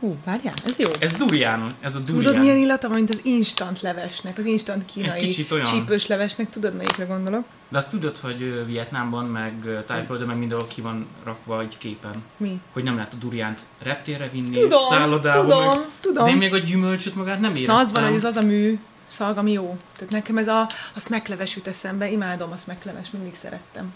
Várjál, ez jó. Ez durián, ez a durián. Tudod, milyen illata van, mint az instant levesnek, az instant kínai olyan. csípős levesnek, tudod, melyikre gondolok? De azt tudod, hogy Vietnámban, meg Tájföldön, meg mindenhol ki van rakva egy képen. Mi? Hogy nem lehet a duriánt reptérre vinni, tudom, szállodába. Tudom. De én még a gyümölcsöt magát nem éreztem. Na, az van, hogy ez az a mű szag, ami jó. Tehát nekem ez a smackleves jut eszembe, imádom a smackleves, mindig szerettem.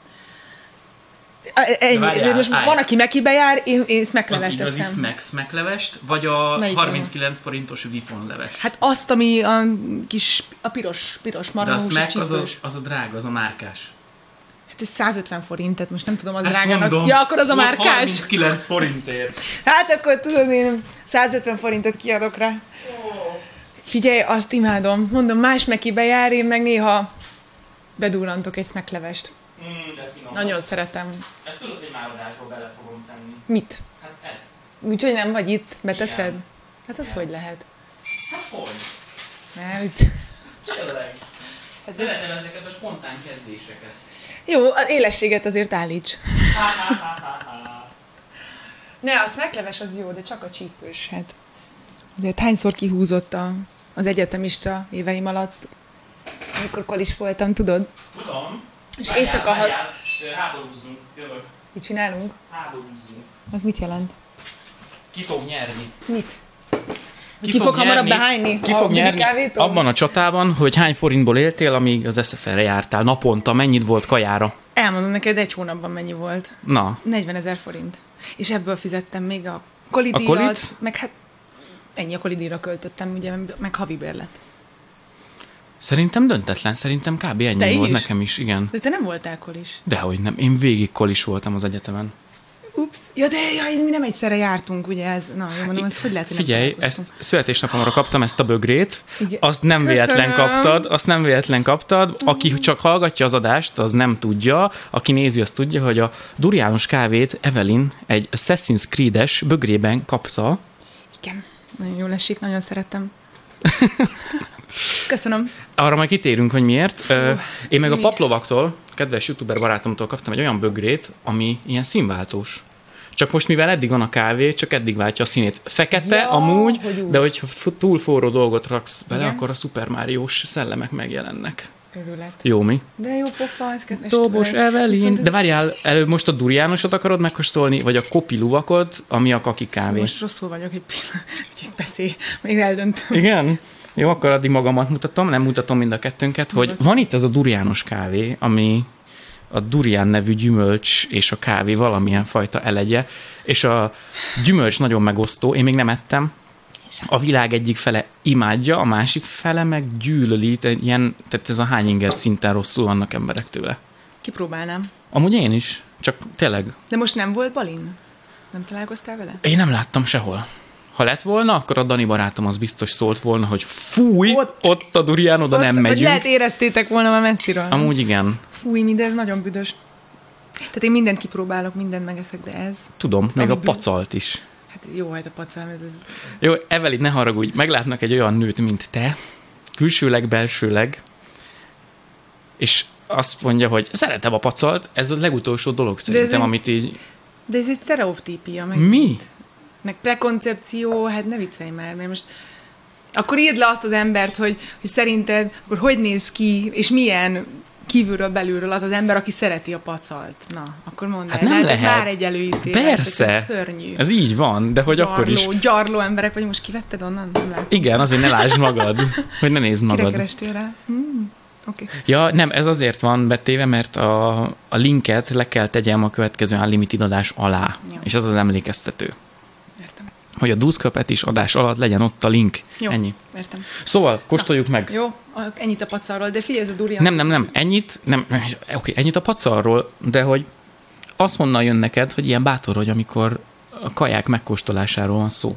Ennyi, most van, aki Mekibe jár, én smacklevest az eszem. Az smacklevest, vagy a melyik 39 forintos Vifon leves? Hát azt, ami a piros marhahús de a és smack az a drága, az a márkás. Hát ez 150 forint, tehát most nem tudom, az ezt drágának. Mondom, Ja, akkor az a márkás. 39 forintért. Hát akkor tudod, én 150 forintot kiadok rá. Figyelj, azt imádom. Mondom, más Mekibe jár, én meg néha bedurrantok egy smacklevest. Nagyon szeretem. Ezt tudod, hogy már adásba bele fogom tenni. Mit? Hát ezt. Úgyhogy nem vagy itt, beteszed? Igen. Hát az hogy lehet? Hát hogy? Mert... Tényleg. Szeretem ezeket a spontán kezdéseket. Jó, az élességet azért állíts. Ne, a smacleves az jó, de csak a csípős. Hát. Azért hányszor kihúzott az egyetemista éveim alatt, amikor kolis voltam, tudod? Tudom. És éjszaka... Háborúzzunk, jövök. Mit csinálunk? Háborúzzunk. Az mit jelent? Ki fog nyerni? Mit? Ki fog hamarabb behányni? Ki fog nyerni kávétól? abban a csatában, hogy hány forintból éltél, amíg az SFR-re jártál naponta, mennyit volt kajára? Elmondom neked, egy hónapban mennyi volt. Na. 40 000 forint. És ebből fizettem még a kolidíjat, meg hát ennyi a kolidíjra költöttem, ugye, meg havi bérlet. Szerintem döntetlen, szerintem kb. Ennyi volt nekem is, igen. De te nem voltál kolis. Dehogy nem, én végig kolis voltam az egyetemen. Ups. Ja, de mi nem egyszerre jártunk, ugye ez. Na, jó mondom, ez hogy lehet, hogy figyelj, ezt születésnapomra kaptam, ezt a bögrét. Igen. Azt nem véletlen kaptad. Aki csak hallgatja az adást, az nem tudja. Aki nézi, az tudja, hogy a duriános kávét Evelyn egy Assassin's Creed-es bögrében kapta. Igen, nagyon jól esik, nagyon szerettem. Köszönöm. Arra majd kitérünk, hogy miért. Én meg a Paplovaktól, kedves youtuber barátomtól kaptam egy olyan bögrét, ami ilyen színváltós. Csak most, mivel eddig van a kávé, csak eddig váltja a színét. Fekete amúgy, de hogyha túl forró dolgot raksz bele, akkor a Super Mario-s szellemek megjelennek. Örület. Jó, mi? De jó pofa, ez kedves. Dobos Evelyn. De várjál, előbb most a duriánosat akarod megkóstolni, vagy a kopi luvakot, ami a kaki kávé? Most rosszul vagyok, egy pillanat, beszélj, még eldöntöm. Igen? Jó, akkor addig magamat mutatom, nem mutatom mind a kettőnket, hogy van itt ez a duriános kávé, ami a durián nevű gyümölcs és a kávé valamilyen fajta elegye, és a gyümölcs nagyon megosztó, én még nem ettem. A világ egyik fele imádja, a másik fele meg gyűlöli, tehát ez a hányinger szinten rosszul vannak emberek tőle. Kipróbálnám. Amúgy én is, csak tényleg. De most nem volt Balin? Nem találkoztál vele? Én nem láttam sehol. Ha lett volna, akkor a Dani barátom az biztos szólt volna, hogy fúj, ott a durián, oda nem megyünk. Vagy lehet éreztétek volna már messziről. Amúgy igen. Fúj, mindez nagyon büdös. Tehát én mindent kipróbálok, mindent megeszek, de ez... Tudom, még a pacalt is. Hát jó, hát a pacal, mert ez... Jó, Evelyn, ne haragudj, meglátnak egy olyan nőt, mint te, külsőleg, belsőleg, és azt mondja, hogy szeretem a pacalt, ez a legutolsó dolog szerintem, amit így... De ez egy sztereotípia. Meg mi? Meg prekoncepció, hát ne viccelj már, mert most... Akkor írd le azt az embert, hogy szerinted, akkor hogy néz ki, és milyen kívülről, belülről az az ember, aki szereti a pacalt. Na, akkor mondd hát el. nem lehet. Ez már egy előítélet. Persze. Ez szörnyű. Ez így van, de hogy akkor is... Gyarló emberek, vagy most kivetted onnan? Nem látom. Igen, azért ne lásd magad, hogy ne nézd magad. Kire kerestél rá? Okay. Ja, nem, ez azért van betéve, mert a linket le kell tegyem a következő Unlimited adás alá. Ja. És ez az emlékeztető. Értem. Hogy a Duszköpet is adás alatt legyen ott a link. Jó, ennyi. Értem. Szóval, kóstoljuk meg. Jó, ennyit a pacalról, de figyelj, ez a durian. Nem, ennyit a pacalról, de hogy azt honnan jön neked, hogy ilyen bátor vagy, amikor a kaják megkóstolásáról van szó.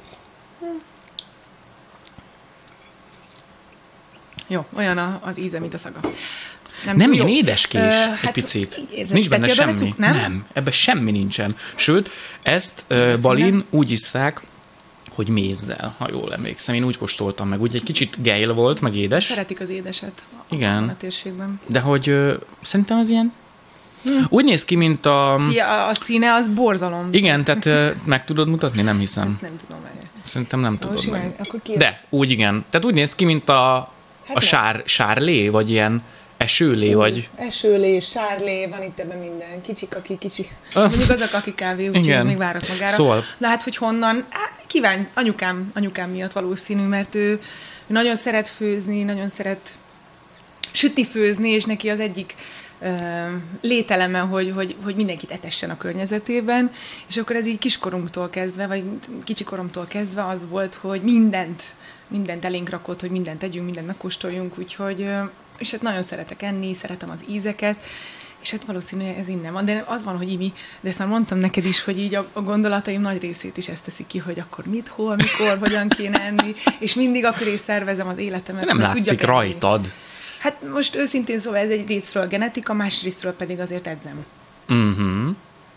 Jó, olyan az íze, mint a szaga. Nem ilyen édeskés egy picit. Nincs benne semmi. Nem, ebben semmi nincsen. Sőt, ezt Balin úgy isszák, hogy mézzel, ha jól emlékszem. Én úgy kóstoltam meg. Úgy egy kicsit gejl volt, meg édes. Szeretik az édeset. Igen. A térségben. De hogy szerintem ez ilyen Úgy néz ki, mint a... Ja, a színe az borzalom. Igen, tehát meg tudod mutatni? Nem hiszem. Nem tudom meg. Szerintem nem tudod meg. Akkor De, úgy igen. Tehát úgy néz ki, mint a sárlé, vagy ilyen esőlé, vagy... Esőlé, sárlé, van itt ebben minden. Kicsi. Mondjuk az a kaki kávé, úgyhogy ez még várat magára. Szóval. De hát, hogy honnan? Kíván, anyukám miatt valószínű, mert ő nagyon szeret főzni, nagyon szeret sütni, főzni, és neki az egyik lételeme, hogy mindenkit etessen a környezetében, és akkor ez így kiskorunktól kezdve, vagy kicsikoromtól kezdve az volt, hogy mindent elénk rakott, hogy mindent tegyünk, mindent megkóstoljunk, úgyhogy, és hát nagyon szeretek enni, szeretem az ízeket, és hát valószínűleg ez innen van, de az van, hogy Imi, de ezt már mondtam neked is, hogy így a gondolataim nagy részét is ezt teszi ki, hogy akkor mit, hol, mikor, hogyan kéne enni, és mindig akkor is szervezem az életemet. De nem látszik rajtad. Hát most őszintén szóval ez egy részről genetika, más részről pedig azért edzem. Uh-huh.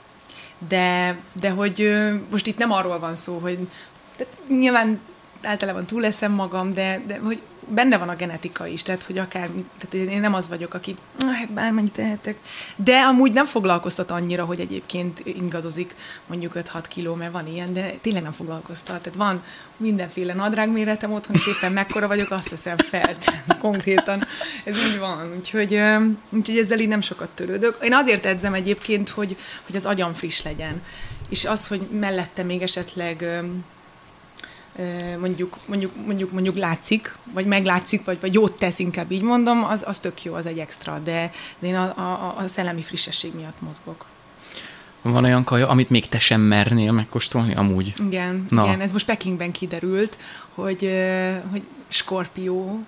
De hogy most itt nem arról van szó, hogy nyilván általában túl leszem magam, de hogy benne van a genetika is, tehát hogy tehát én nem az vagyok, aki hát bármennyit tehetek, de amúgy nem foglalkoztat annyira, hogy egyébként ingadozik mondjuk 5-6 kiló, mert van ilyen, de tényleg nem foglalkoztat. Tehát van mindenféle nadrágméretem otthon, és éppen mekkora vagyok, azt veszem fel. Konkrétan ez így van. Úgyhogy ezzel így nem sokat törődök. Én azért edzem egyébként, hogy az agyam friss legyen. És az, hogy mellette még esetleg mondjuk látszik, vagy meglátszik, vagy jót tesz, inkább így mondom, az tök jó, az egy extra, de én a szellemi frissesség miatt mozgok. Van olyan kaja, amit még te sem mernél megkóstolni amúgy? Igen, ez most Pekingben kiderült, hogy skorpió.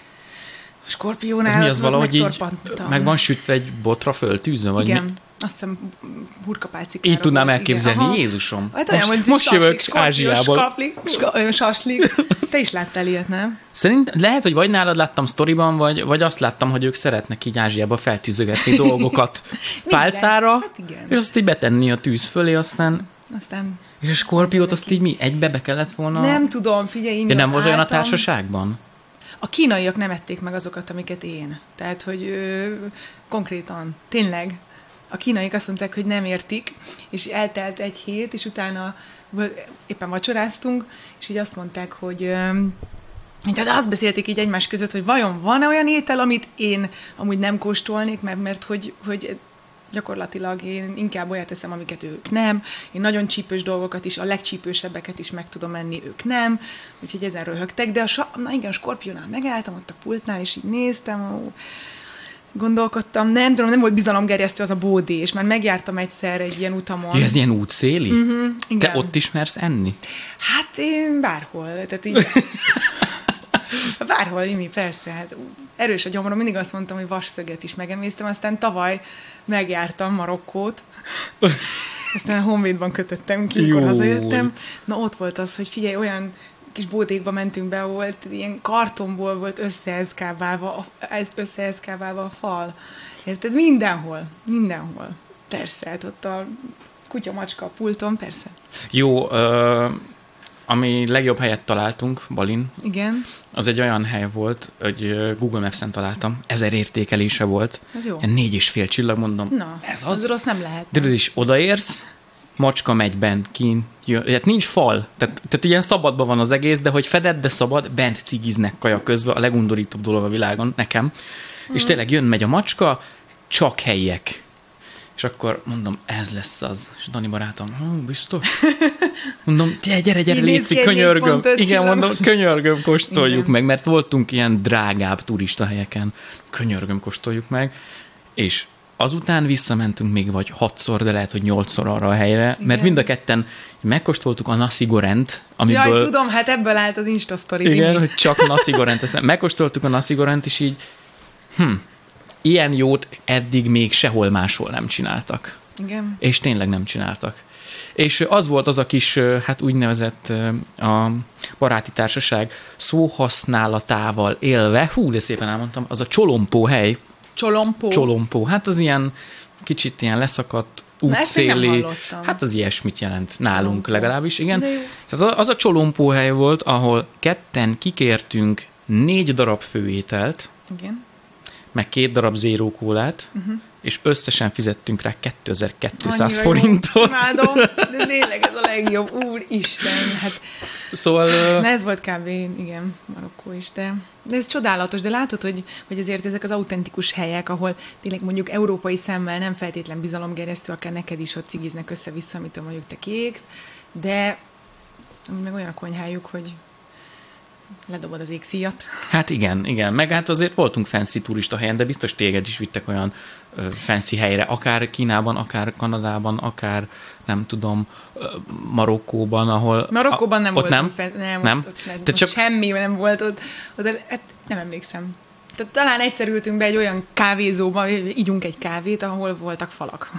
A skorpiónál ez mi az, valahogy így meg van sütve egy botra föltűzve? Vagy igen. Mi? Azt hiszem hurkapálcikára. Így tudnám elképzelni, igen. Jézusom. Hát olyan, most jövök Ázsiából. Saslik. Te is láttál ilyet, nem? Szerintem lehet, hogy vagy nálad láttam sztoriban, vagy azt láttam, hogy ők szeretnek így Ázsiába feltűzögetni dolgokat pálcára, hát és azt így betenni a tűz fölé, aztán... És a skorpiót azt így mi? Egybe be kellett volna... Nem tudom, figyelj, nem volt olyan a társaságban? A kínaiak nem ették meg azokat, amiket én. Tehát, hogy konkrétan, tényleg, a kínaiak azt mondták, hogy nem értik, és eltelt egy hét, és utána éppen vacsoráztunk, és így azt mondták, hogy tehát azt beszélték így egymás között, hogy vajon van-e olyan étel, amit én amúgy nem kóstolnék, mert hogy gyakorlatilag én inkább olyat teszem, amiket ők nem. Én nagyon csípős dolgokat is, a legcsípősebbeket is meg tudom enni, ők nem. Úgyhogy ezen röhögtek. De a skorpiónál megálltam ott a pultnál, és így néztem, gondolkodtam. Nem tudom, nem volt bizalomgerjesztő az a bódés, mert megjártam egyszer egy ilyen utamon. Ja, ez ilyen útszéli? Igen. Te ott ismersz enni? Hát én bárhol. Tehát így... Bárhol, Imi, persze. Hát erős a gyomrom, mindig azt mondtam, hogy vasszöget is megemésztem, aztán tavaly megjártam Marokkót, aztán a Honvédban kötöttem ki, amikor hazajöttem. Na ott volt az, hogy figyelj, olyan kis bódékba mentünk be, volt ilyen kartonból volt összeeszkáválva a fal. Érted? Mindenhol. Persze, hát ott a kutya, macska a pulton, persze. Jó, ami legjobb helyet találtunk, Balin. Igen. Az egy olyan hely volt, hogy Google Maps-en találtam. 1000 értékelése volt. Ez jó. 4,5 csillag, mondom. Na, ez az rossz nem lehet. De is odaérsz, macska megy bent, kín, hát nincs fal. Tehát ilyen szabadban van az egész, de hogy fedett, de szabad, bent cigiznek kaja közben, a legundorítóbb dolog a világon, nekem. És tényleg megy a macska, csak helyiek. És akkor mondom, ez lesz az. És Dani barátom, biztos? Mondom, gyere, létszik, könyörgöm. Igen, mondom, könyörgöm, kóstoljuk meg, mert voltunk ilyen drágább turista helyeken. Könyörgöm, kóstoljuk meg. És azután visszamentünk még vagy 6-szor, de lehet, hogy 8-szor arra a helyre, igen. Mert mind a ketten megkóstoltuk a nasi gorent, amiből... Jaj, tudom, hát ebből állt az Insta sztori. Igen, hogy csak nasi gorent. Megkóstoltuk a nasi gorent, és így ilyen jót eddig még sehol máshol nem csináltak. Igen. És tényleg nem csináltak. És az volt az a kis, hát úgynevezett a baráti társaság szóhasználatával élve, de szépen elmondtam, az a Csolompó hely. Csolompó. Hát az ilyen kicsit ilyen leszakadt útszéli. Hát az ilyesmit jelent nálunk Csolompó. Legalábbis, igen. Tehát az a Csolompó hely volt, ahol ketten kikértünk 4 darab főételt. Igen. meg 2 darab Zero Cola-t, és összesen fizettünk rá 2200 Annyira forintot. Jó, imádom, de tényleg ez a legjobb, úristen, hát... Szóval... ez volt kb. Igen, Marokkó is, de ez csodálatos, de látod, hogy azért ezek az autentikus helyek, ahol tényleg mondjuk európai szemmel nem feltétlen bizalomgerjesztő, akár neked is ott cigiznek össze-vissza, amitől mondjuk te kiégsz, de meg olyan a konyhájuk, hogy ledobod az égszíjat. Hát igen. Meg hát azért voltunk fancy turista helyen, de biztos téged is vittek olyan fancy helyre, akár Kínában, akár Kanadában, akár nem tudom, Marokkóban, ahol... Marokkóban nem volt. Nem? Ott csak... Semmi nem volt ott. Hát nem emlékszem. Tehát talán egyszer ültünk be egy olyan kávézóba, ígyunk egy kávét, ahol voltak falak.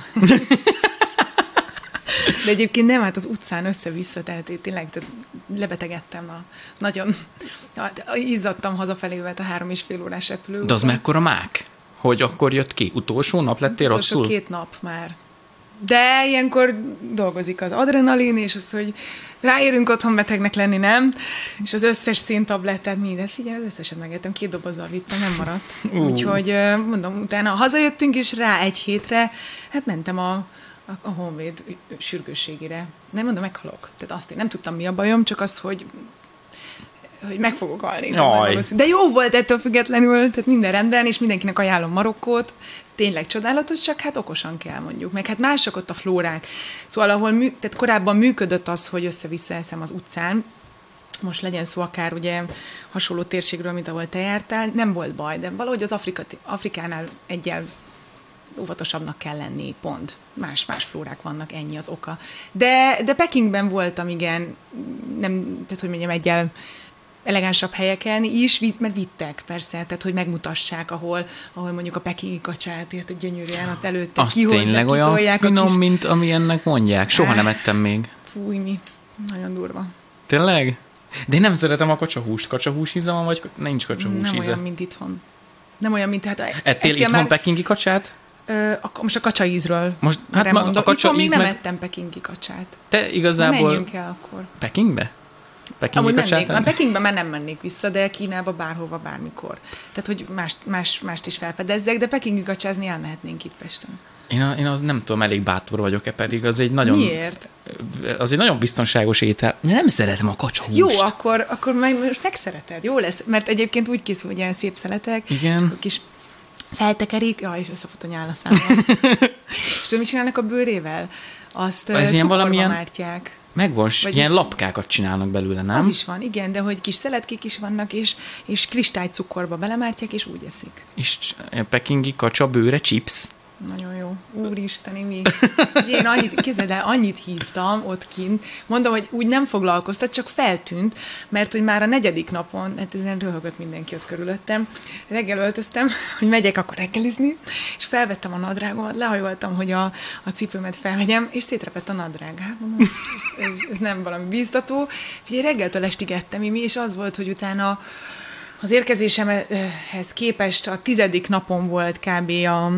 De egyébként nem, hát az utcán össze-vissza, tehát én tényleg lebetegedtem. Nagyon izzadtam hazafelé, mert a 3,5 órás repülő. De az mekkora mák? Hogy akkor jött ki? Utolsó nap lettél rosszul? 2 nap már. De ilyenkor dolgozik az adrenalin, és az, hogy ráérünk otthon betegnek lenni, nem? És az összes széntablettát, mindent. Figyelj, az összeset megettem, 2 dobozzal vittem, nem maradt. Úgyhogy mondom, utána hazajöttünk, és rá 1 hétre, hát mentem a Honvéd sürgősségére. Nem mondom, meghalok. Tehát azt én nem tudtam, mi a bajom, csak az, hogy meg fogok halni. De jó volt ettől függetlenül, tehát minden rendben, és mindenkinek ajánlom Marokkót. Tényleg csodálatos, csak hát okosan kell mondjuk. Meg hát mások ott a flórák. Szóval tehát korábban működött az, hogy össze-vissza eszem az utcán, most legyen szó akár ugye hasonló térségről, mint ahol te jártál, nem volt baj, de valahogy az Afrikánál egyel óvatosabbnak kell lenni, pont. Más flórák vannak, ennyi az oka. De Pekingben voltam, igen, nem, tehát hogy mondjam, egyel elegánsabb helyeken is, mert vittek, persze, tehát hogy megmutassák, ahol mondjuk a pekingi kacsát, érted, gyönyörűen ott előtte azt tényleg olyan finom, mint amilyennek mondják. Soha nem ettem még. Fúj, mi. Nagyon durva. Tényleg? De én nem szeretem a kacsahúst. Kacsahús íze van, vagy nincs kacsahús íze? Nem olyan, mint itthon. Nem olyan, mint... Ettél itthon már... pekingi kacsát? Most a kacsa ízről. Most, hát a kacsa még nem ettem pekingi kacsát. Te igazából... Menjünk el akkor. Pekingbe? Pekingi kacsát? Már Pekingben már nem mennék vissza, de Kínába bárhova, bármikor. Tehát, hogy mást is felfedezzek, de pekingi kacsázni elmehetnénk itt Pesten. Én az nem tudom, elég bátor vagyok-e, pedig az egy nagyon... Miért? Az egy nagyon biztonságos étel. Nem szeretem a kacsahúst. Jó, akkor most megszereted. Jó lesz, mert egyébként úgy készül, hogy ilyen szép szeletek. Igen. És kis feltekerik, és összefut a nyál a számba. És tudod, mit csinálnak a bőrével? Azt cukorba mártják. Megvan, ilyen lapkákat csinálnak belőle, nem? Az is van, igen, de hogy kis szeletkék is vannak, és kristálycukorba belemártják, és úgy eszik. És pekingi kacsa bőre chips. Nagyon jó. Úristeni, mi? Én annyit híztam ott kint. Mondom, hogy úgy nem foglalkoztat, csak feltűnt, mert hogy már a 4. napon, hát ezen röhögött mindenki ott körülöttem, reggel öltöztem, hogy megyek akkor reggelizni, és felvettem a nadrágomat, lehajoltam, hogy a cipőmet felvegyem, és szétrepett a nadrág. Hát mondom, ez nem valami bíztató. Figyelj, reggeltől estig ettem, és az volt, hogy utána az érkezésemhez képest a 10. napon volt kb.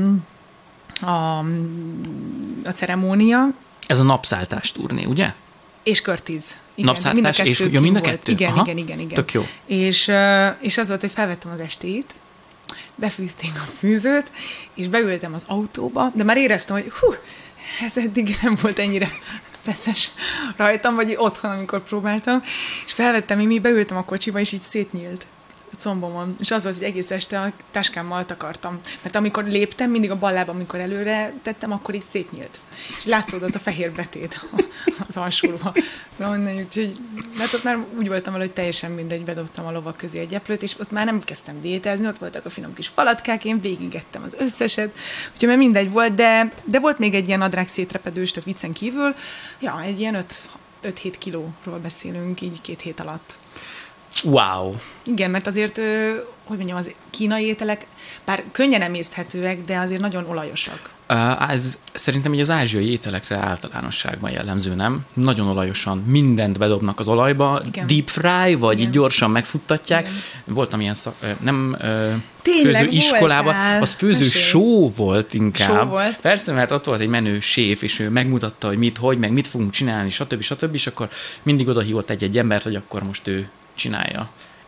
A ceremónia. Ez a napszálltás turné, ugye? És körtíz. Igen, napszálltás, és mind a kettő? Igen. Tök jó. És az volt, hogy felvettem az estét, befűzték a fűzőt, és beültem az autóba, de már éreztem, hogy ez eddig nem volt ennyire feszes rajtam, vagy otthon, amikor próbáltam, és felvettem, beültem a kocsiba, és így szétnyílt a combomon. És az volt, hogy egész este a táskámmal takartam. Mert amikor léptem, mindig a bal lábam, amikor előre tettem, akkor így szétnyílt. És látszódott a fehér betét az alsóba. Úgyhogy ott már úgy voltam vele, hogy teljesen mindegy, bedobtam a lovak közé egy eplőt, és ott már nem kezdtem diétázni, ott voltak a finom kis palackák, én végigettem az összeset. Úgyhogy már mindegy volt, de volt még egy ilyen nadrág szétrepedős, tehát viccen kívül. Ja, egy ilyen 5-7 kilóról beszélünk így 2 hét alatt. Wow. Igen, mert azért, hogy mondjam, az kínai ételek bár könnyen emészthetőek, de azért nagyon olajosak. Ez szerintem így az ázsiai ételekre általánosságban jellemző, nem? Nagyon olajosan mindent bedobnak az olajba, igen. Deep fry, vagy így gyorsan megfuttatják. Igen. Voltam ilyen főzőiskolában, az főző show volt inkább. Show volt. Persze, mert ott volt egy menő séf, és ő megmutatta, hogy mit, hogy, meg mit fogunk csinálni, stb. És akkor mindig oda hívott egy embert, hogy akkor most ő csinálja.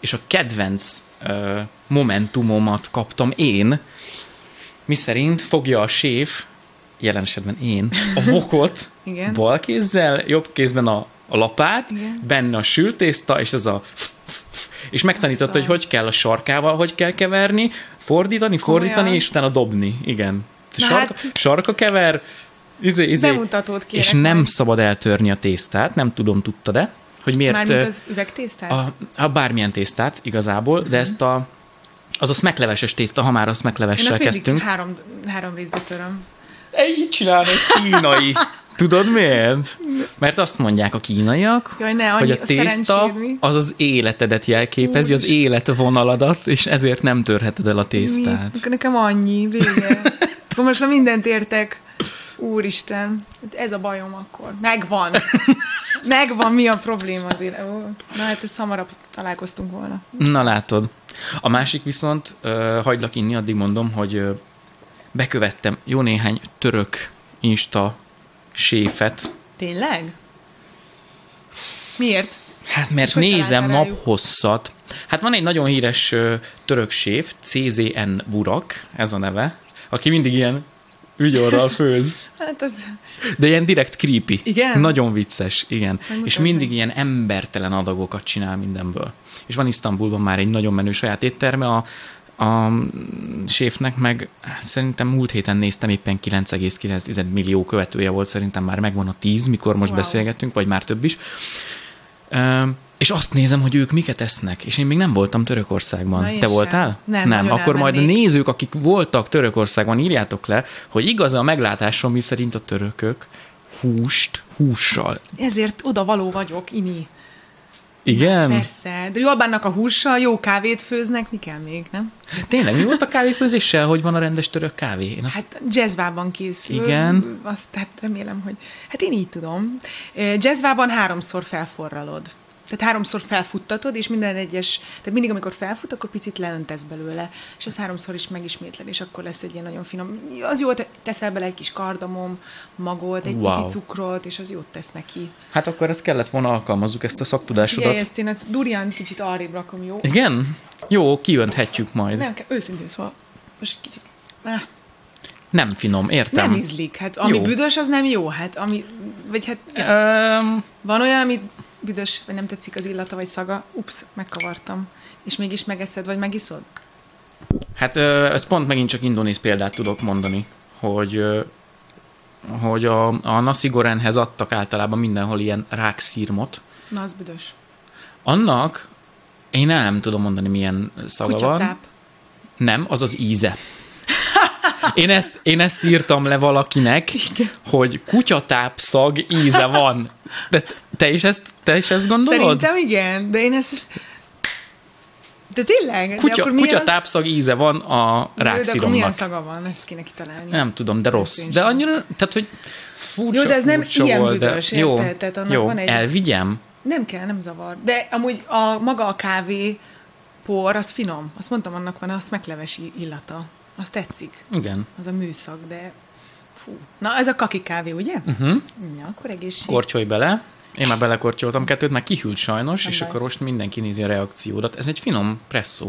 és a kedvenc momentumomat kaptam én, miszerint fogja a séf, jelen esetben én, a vokot bal kézzel, jobb kézben a lapát, igen. Benne a sültészta, és ez a és megtanította, hogy kell a sarkával, hogy kell keverni, fordítani, és utána dobni. Igen. Sarka kever, bemutatót kérek. És nem szabad eltörni a tésztát, nem tudom, tudtad-e, hogy miért... Mármint az üvegtésztát? A bármilyen tésztát igazából, de ezt az a smekleveses tészta, ha már a smeklevessel kezdtünk. Én azt három részbe töröm. Így csinálod, ez kínai. Tudod miért? Mert azt mondják a kínaiak, hogy a tészta az az életedet jelképezi, az életvonaladat, és ezért nem törheted el a tésztát. Akkor nekem annyi, vége. Akkor most már mindent értek. Úristen, ez a bajom akkor. Megvan, mi a probléma azért. Na hát ezt hamarabb találkoztunk volna. Na látod. A másik viszont, hagylak inni, addig mondom, hogy bekövettem jó néhány török Insta séfet. Tényleg? Miért? Hát mert nézem naphosszat. Hát van egy nagyon híres török séf, CZN Burak, ez a neve, aki mindig ilyen ügyorral főz. Hát az... De ilyen direkt creepy. Igen? Nagyon vicces, igen. És mindig ilyen embertelen adagokat csinál mindenből. És van Isztambulban már egy nagyon menő saját étterme, a séfnek meg szerintem múlt héten néztem, éppen 9,9 millió követője volt, szerintem már megvan a 10, mikor most beszélgettünk, vagy már több is. És azt nézem, hogy ők miket esznek, és én még nem voltam Törökországban. Te voltál? Nem. Akkor majd a nézők, akik voltak Törökországban, írjátok le, hogy igaz a meglátásom, mi szerint a törökök hússal. Ezért oda való vagyok, Imi. Igen? Na, persze. De jól bánnak a hússal, jó kávét főznek, mi kell még, nem? Tényleg, mi volt a kávéfőzéssel? Hogy van a rendes török kávé? Hát jazzvában készül. Igen. Azt hát remélem, hogy... Hát én így tudom. Jazzvában 3-szor felforralod. Tehát 3-szor felfuttatod, és tehát mindig, amikor felfut, akkor picit leöntesz belőle, és ezt 3-szor is megismétled, és akkor lesz egy ilyen nagyon finom. Az jó, teszel bele egy kis kardamom, magot, egy pici cukrot, és az jót tesz neki. Hát akkor ezt kellett volna alkalmazzuk, ezt a szaktudásodat. Igen, ezt én durian kicsit arrébb rakom, jó? Igen? Jó, kiönthetjük majd. Nem kell, őszintén szóval, most egy kicsit... Nem finom, értem. Nem ízlik. Hát ami büdös, az nem jó. Hát ami... Vagy hát... Van olyan, ami büdös, vagy nem tetszik az illata, vagy szaga, megkavartam. És mégis megeszed, vagy megiszod? Hát ez pont megint csak indonéz példát tudok mondani, hogy a nasi gorenghez adtak általában mindenhol ilyen rákszírmot. Na, az büdös. Annak én nem tudom mondani, milyen szaga kutyatáp. Van. Nem, az az íze. Én ezt írtam le valakinek, igen. Hogy kutyatáp szag íze van. De te is ezt gondolod? Szerintem igen, de én ezt... De tényleg? Kutyatáp szag íze van a rákszíromnak. De milyen szaga van? Ezt kéne kitalálni. Nem tudom, de rossz. De annyira, tehát, hogy furcsa, jó, de ez nem ilyen volt, büdös, de... Jó, tehát annak jó, van egy... elvigyem? Nem kell, nem zavar. De amúgy maga a kávé por, az finom. Azt mondtam, annak van a smekleves illata. Az tetszik. Igen. Az a műszak, de fú. Na, ez a kaki kávé, ugye? Uh-huh. Ja, akkor egészség. Kortyolj bele. Én már belekortyoltam 2, már kihűlt sajnos, nem és baj. Akkor most mindenki nézi a reakciódat. Ez egy finom presszó.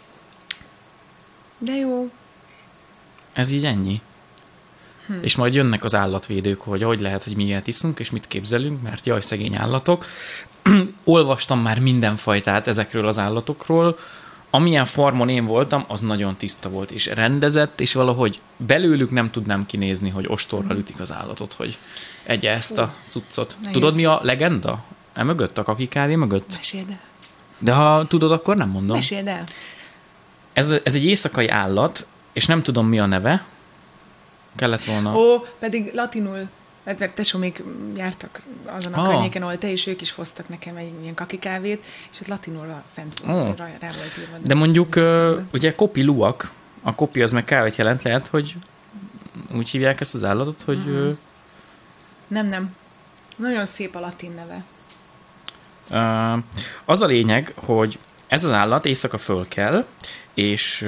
De jó. Ez így ennyi. És majd jönnek az állatvédők, hogy lehet, hogy mi ilyet iszunk, és mit képzelünk, mert jaj, szegény állatok. Olvastam már mindenfajtát ezekről az állatokról. Amilyen farmon én voltam, az nagyon tiszta volt, és rendezett, és valahogy belőlük nem tudnám kinézni, hogy ostorral ütik az állatot, hogy egye ezt a cuccot. Nehéz. Tudod, mi a legenda? Mögött, a kaki kávé mögött? Meséld el. De ha tudod, akkor nem mondom. Meséld el. Ez egy éjszakai állat, és nem tudom, mi a neve. Kellett volna... Pedig latinul. Mert tesómék jártak azon a környéken, ahol te, és ők is hoztak nekem egy ilyen kakikávét, és ott latinul fent rá volt írva. De mondjuk, ugye kopi luak, a kopi az meg kávét jelent, lehet, hogy úgy hívják ezt az állatot, hogy... Nem. Nagyon szép a latin neve. Az a lényeg, hogy ez az állat éjszaka fölkel, és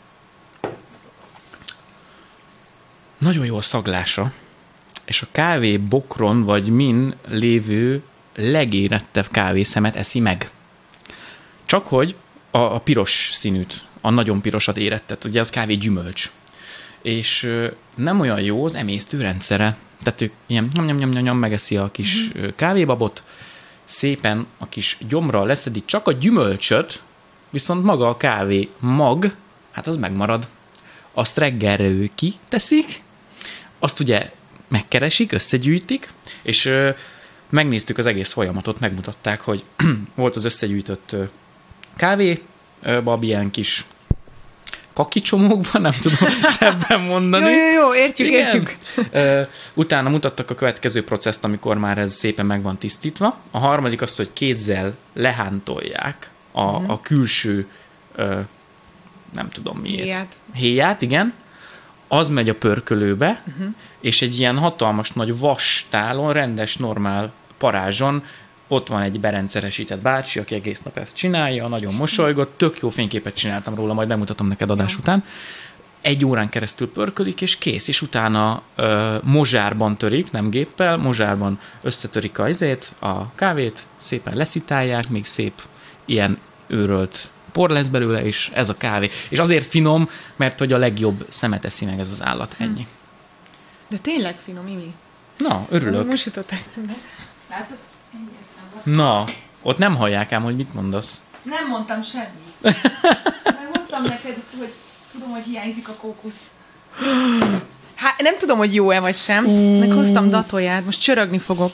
nagyon jó a szaglása, és a kávé bokron vagy min lévő legérettebb kávészemet eszi meg. Csak hogy a piros színűt, a nagyon pirosat érettet, ugye az kávé gyümölcs. És nem olyan jó az emésztőrendszere. Tehát ő ilyen nyom megeszi a kis kávébabot, szépen a kis gyomra leszedi csak a gyümölcsöt, viszont maga a kávé mag, hát az megmarad. Azt reggelre ő kiteszik, azt ugye megkeresik, összegyűjtik, és megnéztük az egész folyamatot, megmutatták, hogy volt az összegyűjtött kávébab, ilyen kis kakicsomókban, nem tudom szebben mondani. Jó, értjük. Utána mutattak a következő processzt, amikor már ez szépen meg van tisztítva. A harmadik az, hogy kézzel lehántolják a külső, nem tudom miért. Héját, igen. Az megy a pörkölőbe, és egy ilyen hatalmas nagy vastálon, rendes, normál parázson ott van egy berendszeresített bácsi, aki egész nap ezt csinálja, nagyon mosolygott, tök jó fényképet csináltam róla, majd bemutatom neked adás után. 1 órán keresztül pörkölik, és kész, és utána mozsárban törik, nem géppel, mozsárban összetörik a kávét, szépen leszitálják, még szép ilyen őrölt por lesz belőle, és ez a kávé. És azért finom, mert hogy a legjobb szemet eszi meg ez az állat, ennyi. De tényleg finom, Imi. Na, örülök. Most jutott eszembe. Látod? Na, ott nem hallják ám, hogy mit mondasz. Nem mondtam semmit. Mert hoztam neked, hogy tudom, hogy hiányzik a kókusz. Hát nem tudom, hogy jó-e vagy sem. Meghoztam datóját, most csörögni fogok.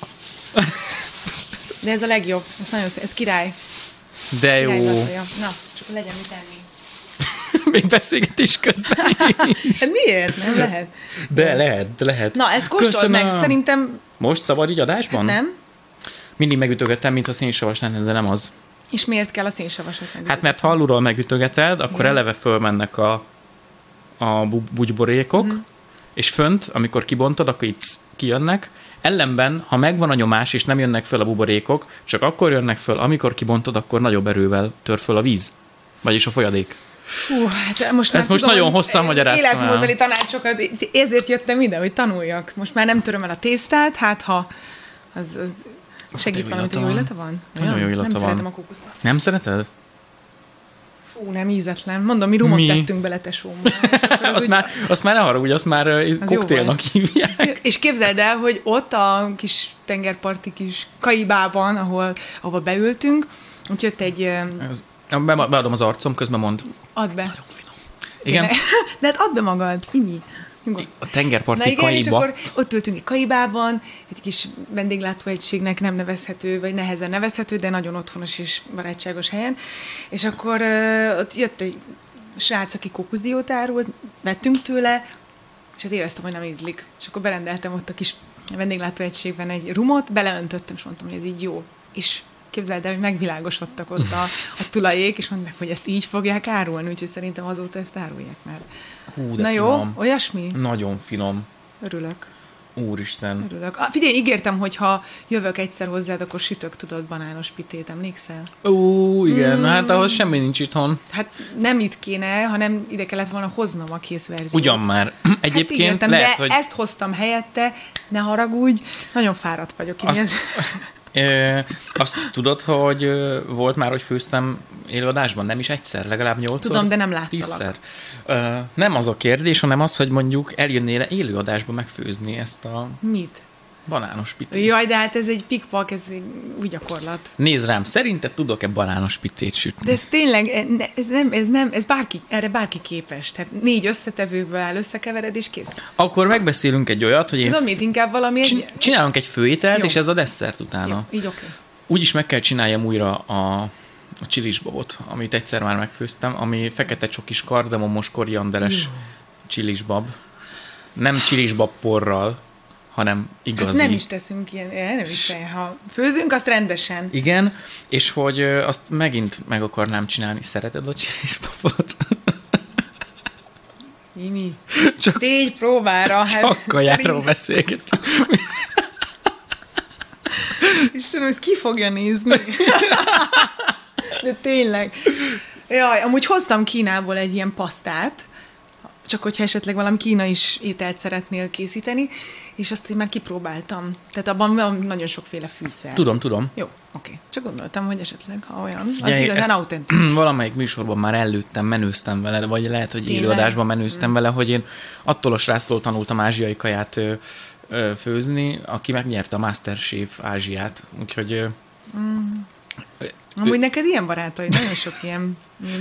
De ez a legjobb. Ez nagyon szép. Ez király. De jó. Datója. Na, csak legyen mit enni. Még beszélgetés közben is. Hát miért? Nem lehet. De lehet. Na, ezt kóstold meg, szerintem... Most szabad így adásban? Nem. Mindig megütögettem, mintha szénsavas lenne, de nem az. És miért kell a szénsavasot megütögetni? Hát mert ha alulról megütögeted, akkor eleve fölmennek a bugyborékok, és fönt, amikor kibontod, akkor itt kijönnek. Ellenben, ha megvan a nyomás, és nem jönnek föl a buborékok, csak akkor jönnek föl, amikor kibontod, akkor nagyobb erővel tör föl a víz. Vagyis a folyadék. Hú, hát most ezt most nagyon hosszan magyaráztam el. Életmódbeli tanácsokat, ezért jöttem ide, hogy tanuljak. Most már nem töröm el a tésztát, hát ha az segít valamit, hogy jó illata van? Nagyon jó illata van. Nem szeretem a kókuszt. Nem szereted? Fú, nem ízetlen. Mondom, mi rumot tettünk bele tesómba. Azt már ne haragudj, azt már koktélnak hívják. És képzeld el, hogy ott a kis tengerparti kis kaibában, ahol beültünk, úgy jött egy... Beadom az arcom, közben mond. Add be. Nagyon finom. Igen? De hát add be magad. Imi. A tengerparti kaiba. És akkor ott ültünk egy kaibában, egy kis vendéglátóegységnek nem nevezhető, vagy nehezen nevezhető, de nagyon otthonos és barátságos helyen. És akkor ott jött egy srác, aki kókuszdiót árult, vettünk tőle, és hát éreztem, hogy nem ízlik. És akkor berendeltem ott a kis vendéglátóegységben egy rumot, beleöntöttem, és mondtam, hogy ez így jó. És képzeld el, hogy megvilágosodtak ott a tulajék, és mondták, hogy ezt így fogják árulni, úgyhogy szerintem azóta ezt árulják már. Hú, de na finom. Jó, olyasmi? Nagyon finom. Örülök. Úristen. Örülök. Figyelj, ígértem, hogy ha jövök egyszer hozzád, akkor sütök, tudod, banános pitét, emlékszel? Igen, hát ahhoz semmi nincs itthon. Hát nem itt kéne, hanem ide kellett volna hoznom a kész verziót. Ugyan már. Egyébként hát ígértem, lehet, de hogy... ezt hoztam helyette, ne haragudj, nagyon fáradt vagyok. Azt tudod, hogy volt már, hogy főztem élőadásban? Nem is egyszer, legalább 8-szor? Tudom, de nem láttalak. 10-szer. Nem az a kérdés, hanem az, hogy mondjuk eljönnél élőadásba megfőzni ezt a... Mit? Banános pitét. Jaj, de hát ez egy pikpak, ez egy új gyakorlat. Nézd rám, szerinted tudok-e banános pitét sütni? De ez tényleg, ez erre bárki képes. Tehát 4 összetevőből áll, összekevered és kész. Akkor megbeszélünk egy olyat, hogy Tudom, mit inkább valami... Csinálunk egy főételt, jó. És ez a desszert utána. Jó, így oké. Úgyis meg kell csináljam újra a csilisbabot, amit egyszer már megfőztem, ami fekete csokis, kardemomos, korianderes csilisbab. Nem csilisbab porral, hanem igazi. Hát nem is teszünk ilyen, nem viccelj, ha főzünk, azt rendesen. Igen, és hogy azt megint meg akarnám csinálni. Szereted a csilisbabot? Imi, tégy próbára. Csak kajáról beszélgetünk. Istenem, ezt ki fogja nézni? De tényleg. Jaj, amúgy hoztam Kínából egy ilyen pasztát, csak hogyha esetleg valami kínai ételt szeretnél készíteni, és azt én már kipróbáltam. Tehát abban van nagyon sokféle fűszer. Tudom. Jó, oké. Csak gondoltam, hogy esetleg, ha olyan, Figyelj, az igazán autentikus. Valamelyik műsorban már előttem, menőztem vele, vagy lehet, hogy Tényleg? élőadásban menőztem vele, hogy én attól a sráctól tanultam ázsiai kaját főzni, aki megnyerte a Masterchef Ázsiát. Úgyhogy... Amúgy neked ilyen barátaid, nagyon sok ilyen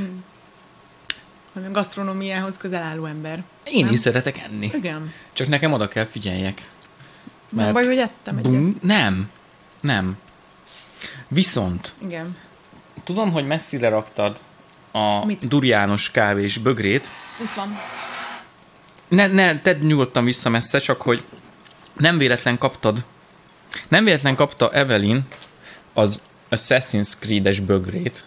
gasztronómiához közel álló ember. Én nem? is szeretek enni. Igen. Csak nekem oda kell figyeljek. Nem baj, hogy ettem egyet. Nem. Viszont, Igen. tudom, hogy messzire raktad a Mit? duriános kávés bögrét. Itt van. Ne, tedd nyugodtan vissza messze, csak hogy nem véletlen kapta Evelyn az Assassin's Creed-es bögrét.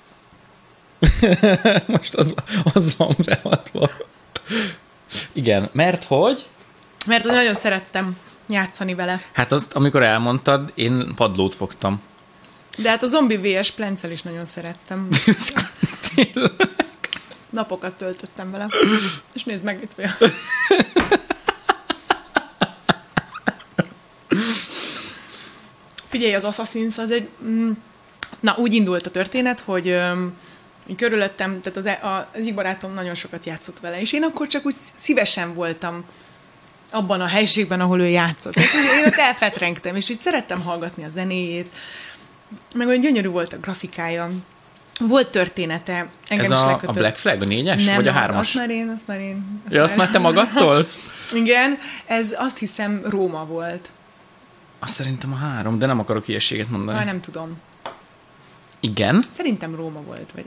Most az van beadva. Igen, mert hogy? Mert nagyon szerettem játszani vele. Hát azt, amikor elmondtad, én padlót fogtam. De hát a zombi VS Plencel is nagyon szerettem. Napokat töltöttem vele. És nézd meg, itt vagy. Figyelj, az Assassin's az egy... Na, úgy indult a történet, hogy körülöttem, tehát az egyik barátom nagyon sokat játszott vele, és én akkor csak úgy szívesen voltam abban a helységben, ahol ő játszott. Én ott elfetrengtem, és úgy szerettem hallgatni a zenéjét, meg olyan gyönyörű volt a grafikája. Volt története. Ez a Black Flag, a 4-es? Nem, vagy a 3-as? Azt már én. Azt már te magadtól? Igen, ez azt hiszem Róma volt. Azt szerintem a 3, de nem akarok ilyességet mondani. Már nem tudom. Igen? Szerintem Róma volt, vagy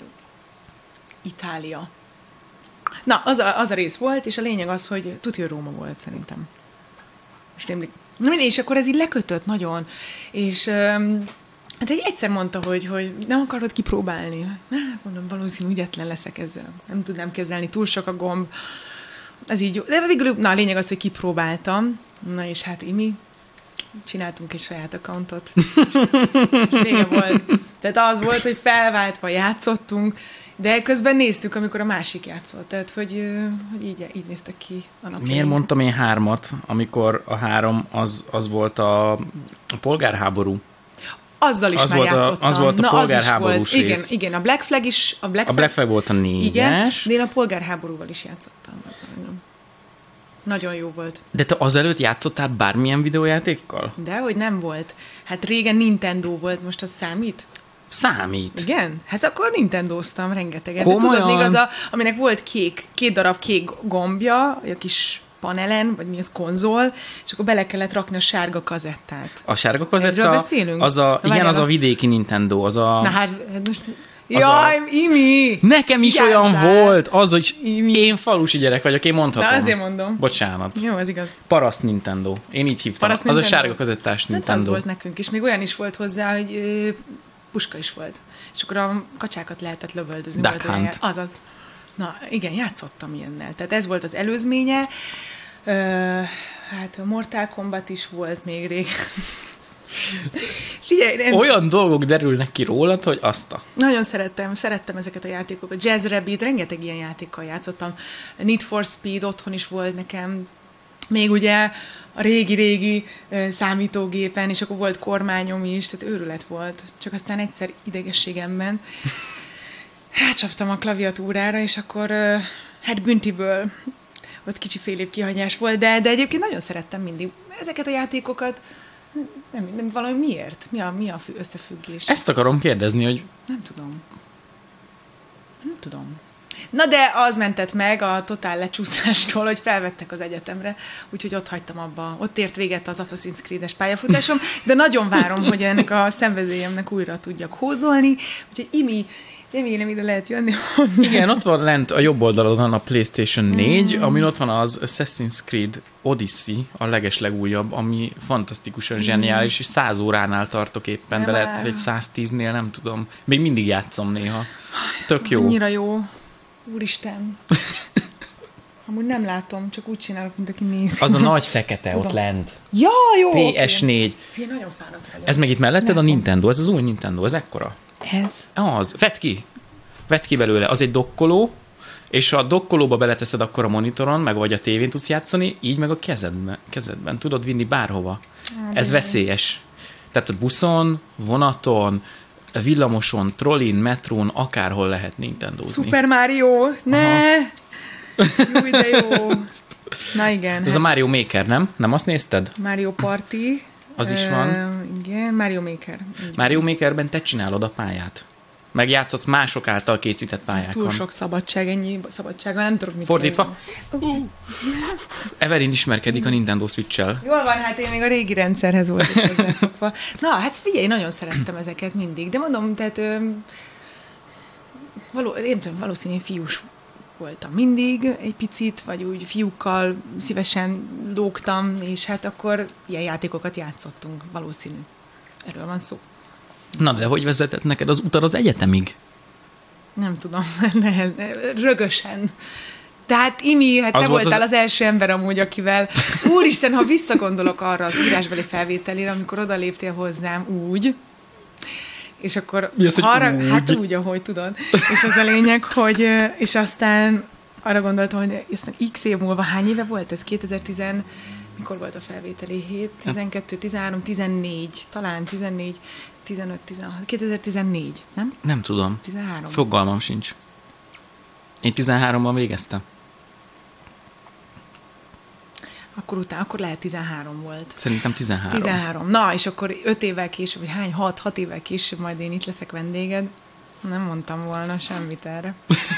Itália. Na, az a rész volt, és a lényeg az, hogy tudja, hogy Róma volt, szerintem. Most rémlik. És akkor ez így lekötött nagyon. És hát egyszer mondta, hogy nem akarod kipróbálni. Mondom, valószínű ügyetlen leszek ezzel. Nem tudnám kezelni, túl sok a gomb. Ez így jó. De végül, a lényeg az, hogy kipróbáltam. Na és hát Imi, csináltunk egy saját accountot. És vége volt. Tehát az volt, hogy felváltva játszottunk, de közben néztük, amikor a másik játszott. Tehát, hogy így néztek ki a napjaink. Miért mondtam én 3-at, amikor a 3 az volt a polgárháború? Azzal is már játszottam. Az volt a polgárháborús rész. Igen, a Black Flag is. A Black Flag volt a 4-es. Igen, de én a polgárháborúval is játszottam. Nagyon jó volt. De te azelőtt játszottál bármilyen videójátékkal? Dehogy nem volt. Hát régen Nintendo volt, most az számít? Számít. Igen? Hát akkor Nintendóztam rengeteget. Komolyan? De tudod, még aminek volt két darab kék gombja, a kis panelen, vagy mi ez, konzol, és akkor bele kellett rakni a sárga kazettát. A sárga kazetta? Erről beszélünk? Az a vidéki Nintendo, az a... Na hát most... Jaj, Imi! Nekem is Vigyázzál! olyan volt, az, hogy Imi. én falusi gyerek vagyok, én mondhatom. Na, azért mondom. Bocsánat. Jó, ez igaz. Paraszt Nintendo. Én így hívtam. Paraszt az Nintendo? a sárga kazettás Nintendo. Hát az volt nekünk is. Még olyan is volt hozzá, hogy puska is volt. És akkor a kacsákat lehetett lövöldözni. Duck Hunt. Azaz. Na, igen, játszottam ilyennel. Tehát ez volt az előzménye. Hát a Mortal Kombat is volt még rég. Figyelj, olyan dolgok derülnek ki rólad, hogy Nagyon szerettem ezeket a játékokat. Jazz Rabbit, rengeteg ilyen játékkal játszottam. Need for Speed otthon is volt nekem. Még ugye a régi számítógépen, és akkor volt kormányom is, tehát őrület volt. Csak aztán egyszer idegességemben rácsaptam a klaviatúrára, és akkor hát büntiből ott kicsi fél év kihagyás volt, de egyébként nagyon szerettem mindig ezeket a játékokat. Nem valami miért? Mi a összefüggés? Ezt akarom kérdezni, hogy... Nem tudom. Na de az mentett meg a totál lecsúszástól, hogy felvettek az egyetemre, úgyhogy ott hagytam abba. Ott ért véget az Assassin's Creed-es pályafutásom, de nagyon várom, hogy ennek a szenvedélyemnek újra tudjak hódolni, úgyhogy Imi, remélem ide lehet jönni hozzá. Igen, ott van lent a jobb oldalon a PlayStation 4, amin ott van az Assassin's Creed Odyssey, a legeslegújabb, ami fantasztikusan zseniális, és 100 óránál tartok éppen, de lehet, hogy egy 110-nél, nem tudom. Még mindig játszom néha. Tök jó. Annyira jó. Úristen. Amúgy nem látom, csak úgy csinálok, mint aki néz. Az a nagy fekete Tudom. ott lent. Ja, jó. PS4. Én nagyon fáradt vagyok. Ez meg itt melletted Látom. a Nintendo, ez az új Nintendo, ez ekkora? Ez? Az, vedd ki belőle, az egy dokkoló, És ha a dokkolóba beleteszed, akkor a monitoron, meg vagy a tévén tudsz játszani, így meg a kezedben. Tudod vinni bárhova. Ez veszélyes. Tehát a buszon, vonaton, villamoson, trollin, metrón, akárhol lehet Nintendózni. Super Mario, ne! Jó, de jó. Na igen. Ez a Mario Maker, nem? Nem azt nézted? Mario Party. Az is van. Igen, Mario Maker. Mario Makerben te csinálod a pályát. Megjátszhatsz mások által készített pályákon. Túl sok szabadság, ennyi szabadsággal nem tudok mit fordítva. Evelyn ismerkedik a Nintendo Switch-el. Jól van, hát én még a régi rendszerhez voltam hozzászokva. Na, hát figyelj, nagyon szerettem ezeket mindig, de mondom, tehát én tudom, valószínűleg fiús voltam mindig egy picit, vagy úgy fiúkkal szívesen lógtam, és hát akkor ilyen játékokat játszottunk, valószínű. Erről van szó. Na, de hogy vezetett neked az utad az egyetemig? Nem tudom, rögösen. Tehát Imi, hát te voltál az első ember amúgy, akivel, úristen, ha visszagondolok arra az írásbeli felvételére, amikor odaléptél hozzám úgy, és akkor hát úgy, ahogy tudod. És az a lényeg, hogy, és aztán arra gondoltam, hogy x év múlva, hány éve volt ez? 2010, mikor volt a felvételi? 7, 12, 13, 14, talán 14, 15, 16, 2014, nem? Nem tudom. 13. Fogalmam sincs. Én 13-ban végeztem. Akkor lehet 13 volt. Szerintem 13. 13. Na, és akkor 5 évvel később, vagy hány? 6 évvel később majd én itt leszek vendéged. Nem mondtam volna semmit erre.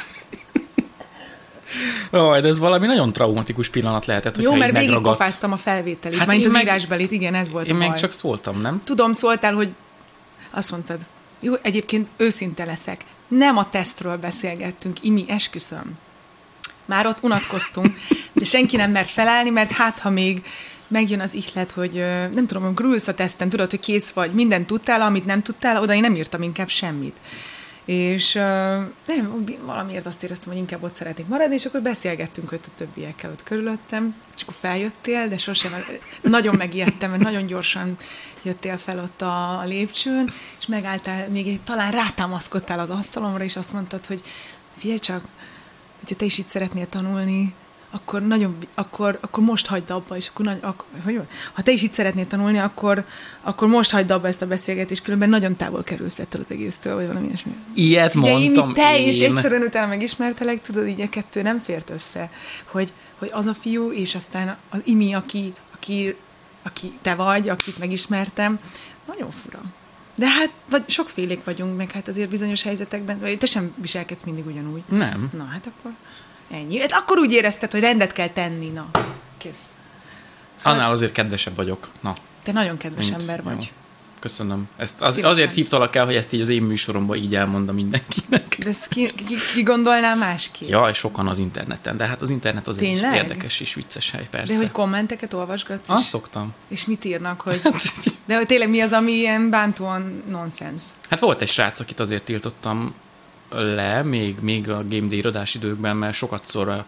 Ó, de ez valami nagyon traumatikus pillanat lehetett, hogyha jó, mert végigpofáztam a felvételit, hát az írásbelit, igen, ez volt én a baj. Én meg csak szóltam, nem? Tudom, szóltál, hogy azt mondtad, jó, egyébként őszinte leszek. Nem a tesztről beszélgettünk, Imi, esküszöm. Már ott unatkoztunk, de senki nem mert felállni, mert hát, ha még megjön az ihlet, hogy nem tudom, amikor ülsz a teszten, tudod, hogy kész vagy, mindent tudtál, amit nem tudtál, oda én nem írtam inkább semmit. És nem, valamiért azt éreztem, hogy inkább ott szeretnék maradni, és akkor beszélgettünk ott a többiekkel ott körülöttem, és akkor feljöttél, de sosem, nagyon megijedtem, mert nagyon gyorsan jöttél fel ott a lépcsőn, és megálltál, még talán rátámaszkodtál az asztalomra, és azt mondtad, hogy figyelj csak, hogyha te is itt szeretnél tanulni, akkor most hagyd abba, és ha te is itt szeretnél tanulni, akkor most hagyd abba ezt a beszélgetést, különben nagyon távol kerülsz ettől az egésztől, vagy valami ilyesmi. Ilyet mondtam te is egyszerűen utána megismertelek, tudod, így a kettő nem fért össze, hogy az a fiú, és aztán az Imi, aki te vagy, akit megismertem, nagyon fura. De hát sokfélék vagyunk, meg hát azért bizonyos helyzetekben, vagy te sem viselkedsz mindig ugyanúgy. Nem. Na, hát akkor ennyi. Hát akkor úgy érezted, hogy rendet kell tenni, na. Kész. Szóval annál azért kedvesebb vagyok. Na. Te nagyon kedves ember vagy. Jó. Köszönöm. Ezt azért hívtalak el, hogy ezt így az én műsoromban így elmondom mindenkinek. De ezt ki gondolná másképp? Jaj, sokan az interneten, de hát az internet azért is érdekes és vicces hely, persze. De hogy kommenteket olvasgatsz? Azt szoktam. És mit írnak, hogy... De hogy tényleg mi az, ami ilyen bántóan nonsens? Hát volt egy srác, akit azért tiltottam le, még a Game Day irodás időkben, mert sokatszor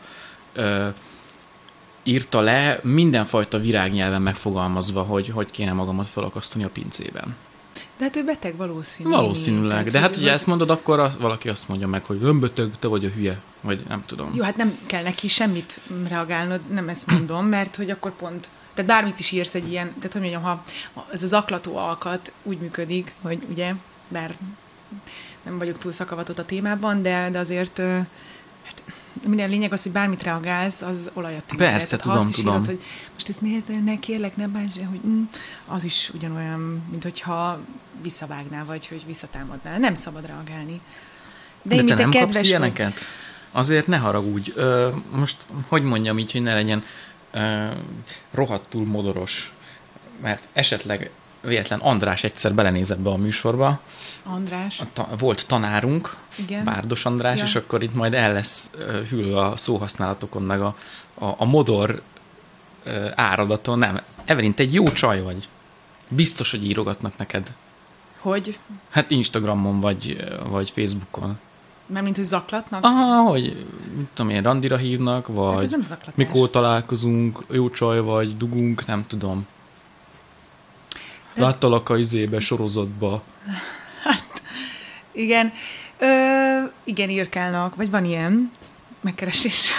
írta le mindenfajta virágnyelven megfogalmazva, hogy kéne magamat felakasztani a pincében. De hát ő beteg valószínűleg. Valószínűleg. De hát ugye ezt mondod, akkor valaki azt mondja meg, hogy nem beteg, te vagy a hülye. Vagy nem tudom. Jó, hát nem kell neki semmit reagálnod, nem ezt mondom, mert hogy akkor pont, tehát bármit is írsz egy ilyen, tehát hogy mondjam, ha ez az zaklató alkat úgy működik, hogy ugye, bár nem vagyok túl szakavatott a témában, de azért minden lényeg az, hogy bármit reagálsz, az olajat tűzhet. Persze, tudom. Írod, hogy most ezt miért, ne kérlek, ne bánts, hogy az is ugyanolyan, mint hogyha visszavágnál, vagy hogy visszatámadnál. Nem szabad reagálni. De te nem kapsz ilyeneket? Azért ne haragudj. Most, hogy mondjam így, hogy ne legyen rohadtul modoros, mert esetleg véletlen András egyszer belenéz ebbe a műsorba. András. Volt tanárunk, igen. Bárdos András, ja. És akkor itt majd el lesz hűlve a szóhasználatokon, meg a modor áradaton. Nem, Evelyn, te egy jó csaj vagy. Biztos, hogy írogatnak neked. Hogy? Hát Instagramon vagy Facebookon. Mert mint, hogy zaklatnak? Hogy mit tudom én, randira hívnak, vagy hát ez nem zaklatás. Mikor találkozunk, jó csaj vagy, dugunk, nem tudom. De... Láttalak a sorozatba. Hát, igen. Igen, írkálnak, vagy van ilyen. Megkeresés.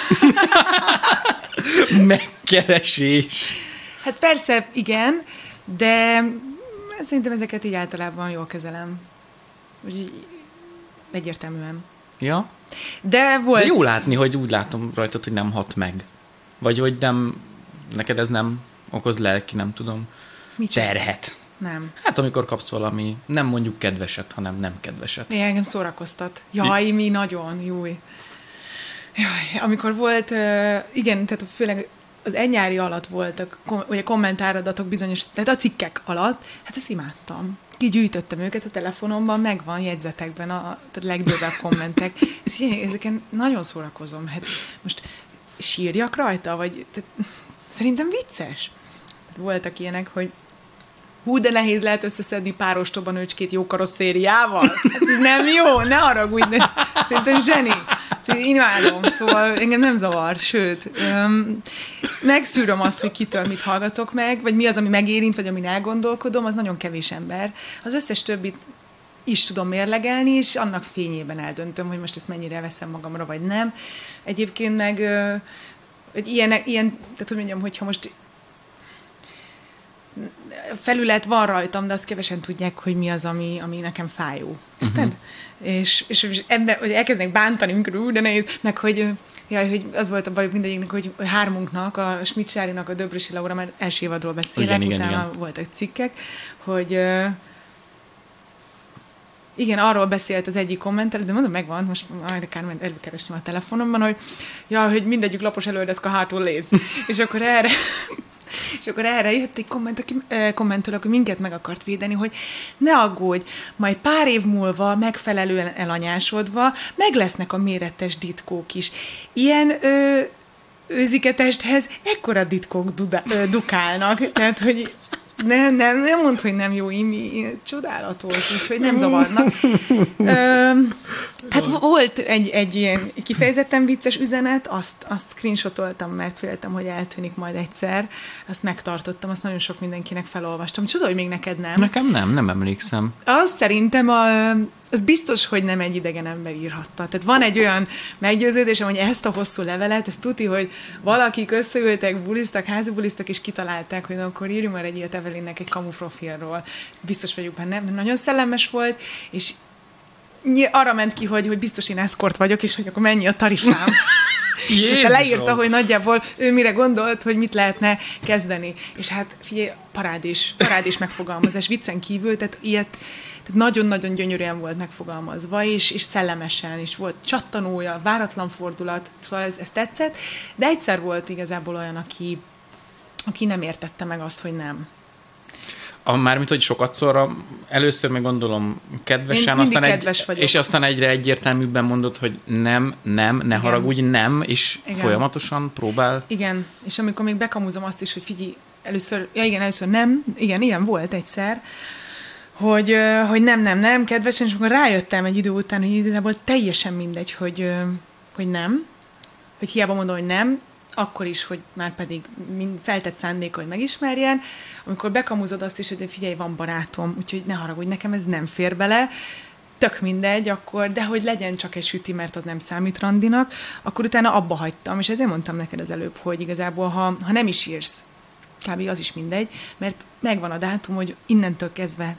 Megkeresés. Hát persze, igen, de szerintem ezeket így általában jól kezelem. Úgy egyértelműen. Ja? De volt... De jó látni, hogy úgy látom rajtad, hogy nem hat meg. Vagy hogy nem, neked ez nem okoz lelki, nem tudom, terhet. Nem. Hát amikor kapsz valami, nem mondjuk kedveset, hanem nem kedveset. Engem szórakoztat. Jaj, mi nagyon, júj. Jaj, amikor volt, igen, tehát főleg az nyári alatt voltak ugye kommentáradatok bizonyos, tehát a cikkek alatt, hát ezt imádtam. Kigyűjtöttem őket a telefonomban, megvan jegyzetekben a legbővebb kommentek. Ezeken nagyon szórakozom. Hát most sírjak rajta, vagy szerintem vicces. Voltak ilyenek, hogy hú, de nehéz lehet összeszedni párostoban nőcskét jó karosszériával. Hát ez nem jó, ne haragudj, de szerintem zseni. Imádom, szóval engem nem zavar, sőt, megszűröm azt, hogy kitől mit hallgatok meg, vagy mi az, ami megérint, vagy amin elgondolkodom, az nagyon kevés ember. Az összes többit is tudom mérlegelni, és annak fényében eldöntöm, hogy most ezt mennyire veszem magamra, vagy nem. Egyébként meg ilyen, tehát hogy mondjam, hogyha most felület van rajtam, de azt kevesen tudják, hogy mi az, ami nekem fájó. Érted? És ebben, hogy elkezdenek bántani, amikor de nehéz, meg hogy az volt a baj mindegyiknek, hogy hármunknak, a Schmidt-Sárinak, a Döbrösi Laura, már első évadról beszélek, utána voltak cikkek, hogy igen, arról beszélt az egyik kommentelő, de mondom, megvan, most majd akár előkeresném a telefonomban, hogy mindegyik lapos előadeszka hátul léz. És akkor erre jött egy kommentől, aki minket meg akart védeni, hogy ne aggódj, majd pár év múlva megfelelően elanyásodva meg lesznek a méretes ditkók is. Ilyen őziketesthez ekkora ditkók dukálnak. Tehát, hogy nem mondd, hogy nem jó, csodálatos, úgyhogy nem zavarnak. Hát volt egy ilyen kifejezetten vicces üzenet, azt screenshotoltam, mert féltem, hogy eltűnik majd egyszer. Azt megtartottam, azt nagyon sok mindenkinek felolvastam. Csoda, hogy még neked nem. Nekem nem emlékszem. Az szerintem az biztos, hogy nem egy idegen ember írhatta. Tehát van egy olyan meggyőződésem, hogy ezt a hosszú levelet, ezt tuti, hogy valakik összeültek, buliztak, házi buliztak, és kitalálták, hogy akkor írjunk már egy ilyet Evelynnek egy kamu profilról. Biztos vagyok benne, nagyon szellemes volt, és arra ment ki, hogy biztos én eszkort vagyok, és hogy akkor mennyi a tarifám. És aztán leírta, hogy nagyjából ő mire gondolt, hogy mit lehetne kezdeni. És hát figyelj, parádés megfogalmazás, viccen kívül, tehát ilyet nagyon-nagyon gyönyörűen volt megfogalmazva, és szellemesen, és volt csattanója, váratlan fordulat, szóval ez tetszett, de egyszer volt igazából olyan, aki nem értette meg azt, hogy nem. Mármint, hogy sokat szorra, először meg gondolom kedvesen, és aztán egyre egyértelműbben mondod, hogy ne haragudj, nem, és folyamatosan próbál. Igen, és amikor még bekamúzom azt is, hogy figyelj, először nem, igen, ilyen volt egyszer, hogy nem, kedvesen, és akkor rájöttem egy idő után, hogy igazából teljesen mindegy, hogy nem, hogy hiába mondom, hogy nem, akkor is, hogy már pedig feltett szándéka, hogy megismerjen, amikor bekamúzod azt is, hogy figyelj, van barátom, úgyhogy ne haragudj, nekem ez nem fér bele, tök mindegy, akkor, de hogy legyen csak egy süti, mert az nem számít randinak, akkor utána abba hagytam, és ezért mondtam neked az előbb, hogy igazából, ha nem is írsz, kb. Az is mindegy, mert megvan a dátum, hogy innentől kezdve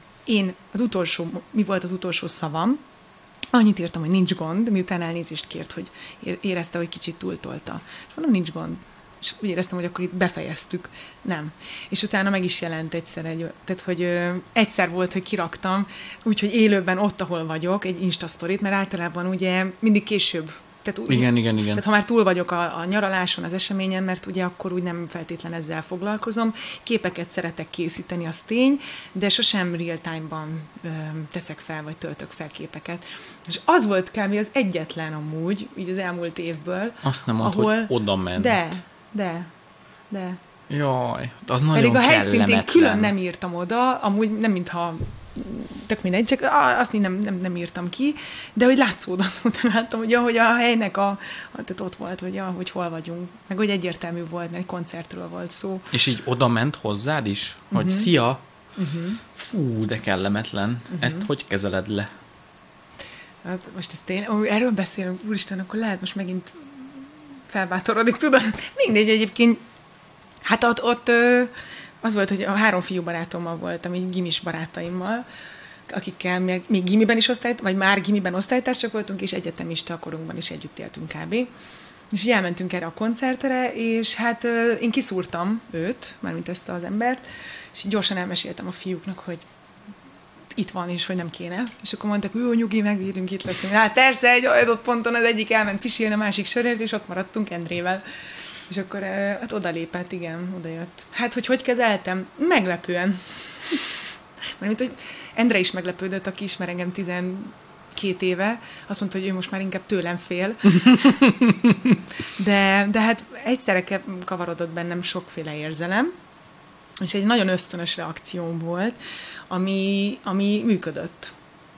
mi volt az utolsó szavam, annyit írtam, hogy nincs gond, miután elnézést kért, hogy érezte, hogy kicsit túltolta. És mondom, nincs gond. És úgy éreztem, hogy akkor itt befejeztük. Nem. És utána meg is jelent egyszer tehát, hogy egyszer volt, hogy kiraktam, úgyhogy élőben ott, ahol vagyok, egy Insta-sztorit, mert általában ugye mindig később. Tehát, igen. Tehát ha már túl vagyok a nyaraláson, az eseményen, mert ugye akkor úgy nem feltétlen ezzel foglalkozom. Képeket szeretek készíteni, az tény, de sosem real time-ban teszek fel, vagy töltök fel képeket. És az volt kb. Az egyetlen amúgy, így az elmúlt évből. Azt nem mondta, hogy oda ment. De. Jaj, az nagyon pedig a helyszínt én kellemetlen. külön nem írtam oda, amúgy nem mintha tök mindegy, csak azt nem írtam ki, de hogy látszódott, utána láttam, hogy a helynek tehát ott volt, hogy hol vagyunk, meg hogy egyértelmű volt, mert egy koncertről volt szó. És így oda ment hozzád is? Hogy szia, fú, de kellemetlen. Ezt hogy kezeled le? Hát most ezt erről beszélünk, úristen, akkor lehet most megint felbátorodik, tudod? Mindegy egyébként. Hát ott az volt, hogy a 3 fiú barátommal voltam, így gimis barátaimmal, akikkel még gimiben is vagy már gimiben osztálytársak voltunk, és egyetemista korunkban is együtt éltünk kb. És így elmentünk erre a koncertre, és hát én kiszúrtam őt, mármint ezt az embert, és gyorsan elmeséltem a fiúknak, hogy itt van, és hogy nem kéne. És akkor mondták, hogy jó, nyugi, megvédünk, itt leszünk. Hát persze, egy adott ponton az egyik elment pisilni, a másik sörért, és ott maradtunk Endrével. És akkor hát odalépett, igen, odajött. Hát, hogy kezeltem? Meglepően. Mármint, hogy Endre is meglepődött, aki ismer engem 12 éve. Azt mondta, hogy ő most már inkább tőlem fél. De hát egyszerre kavarodott bennem sokféle érzelem, és egy nagyon ösztönös reakcióm volt, ami működött.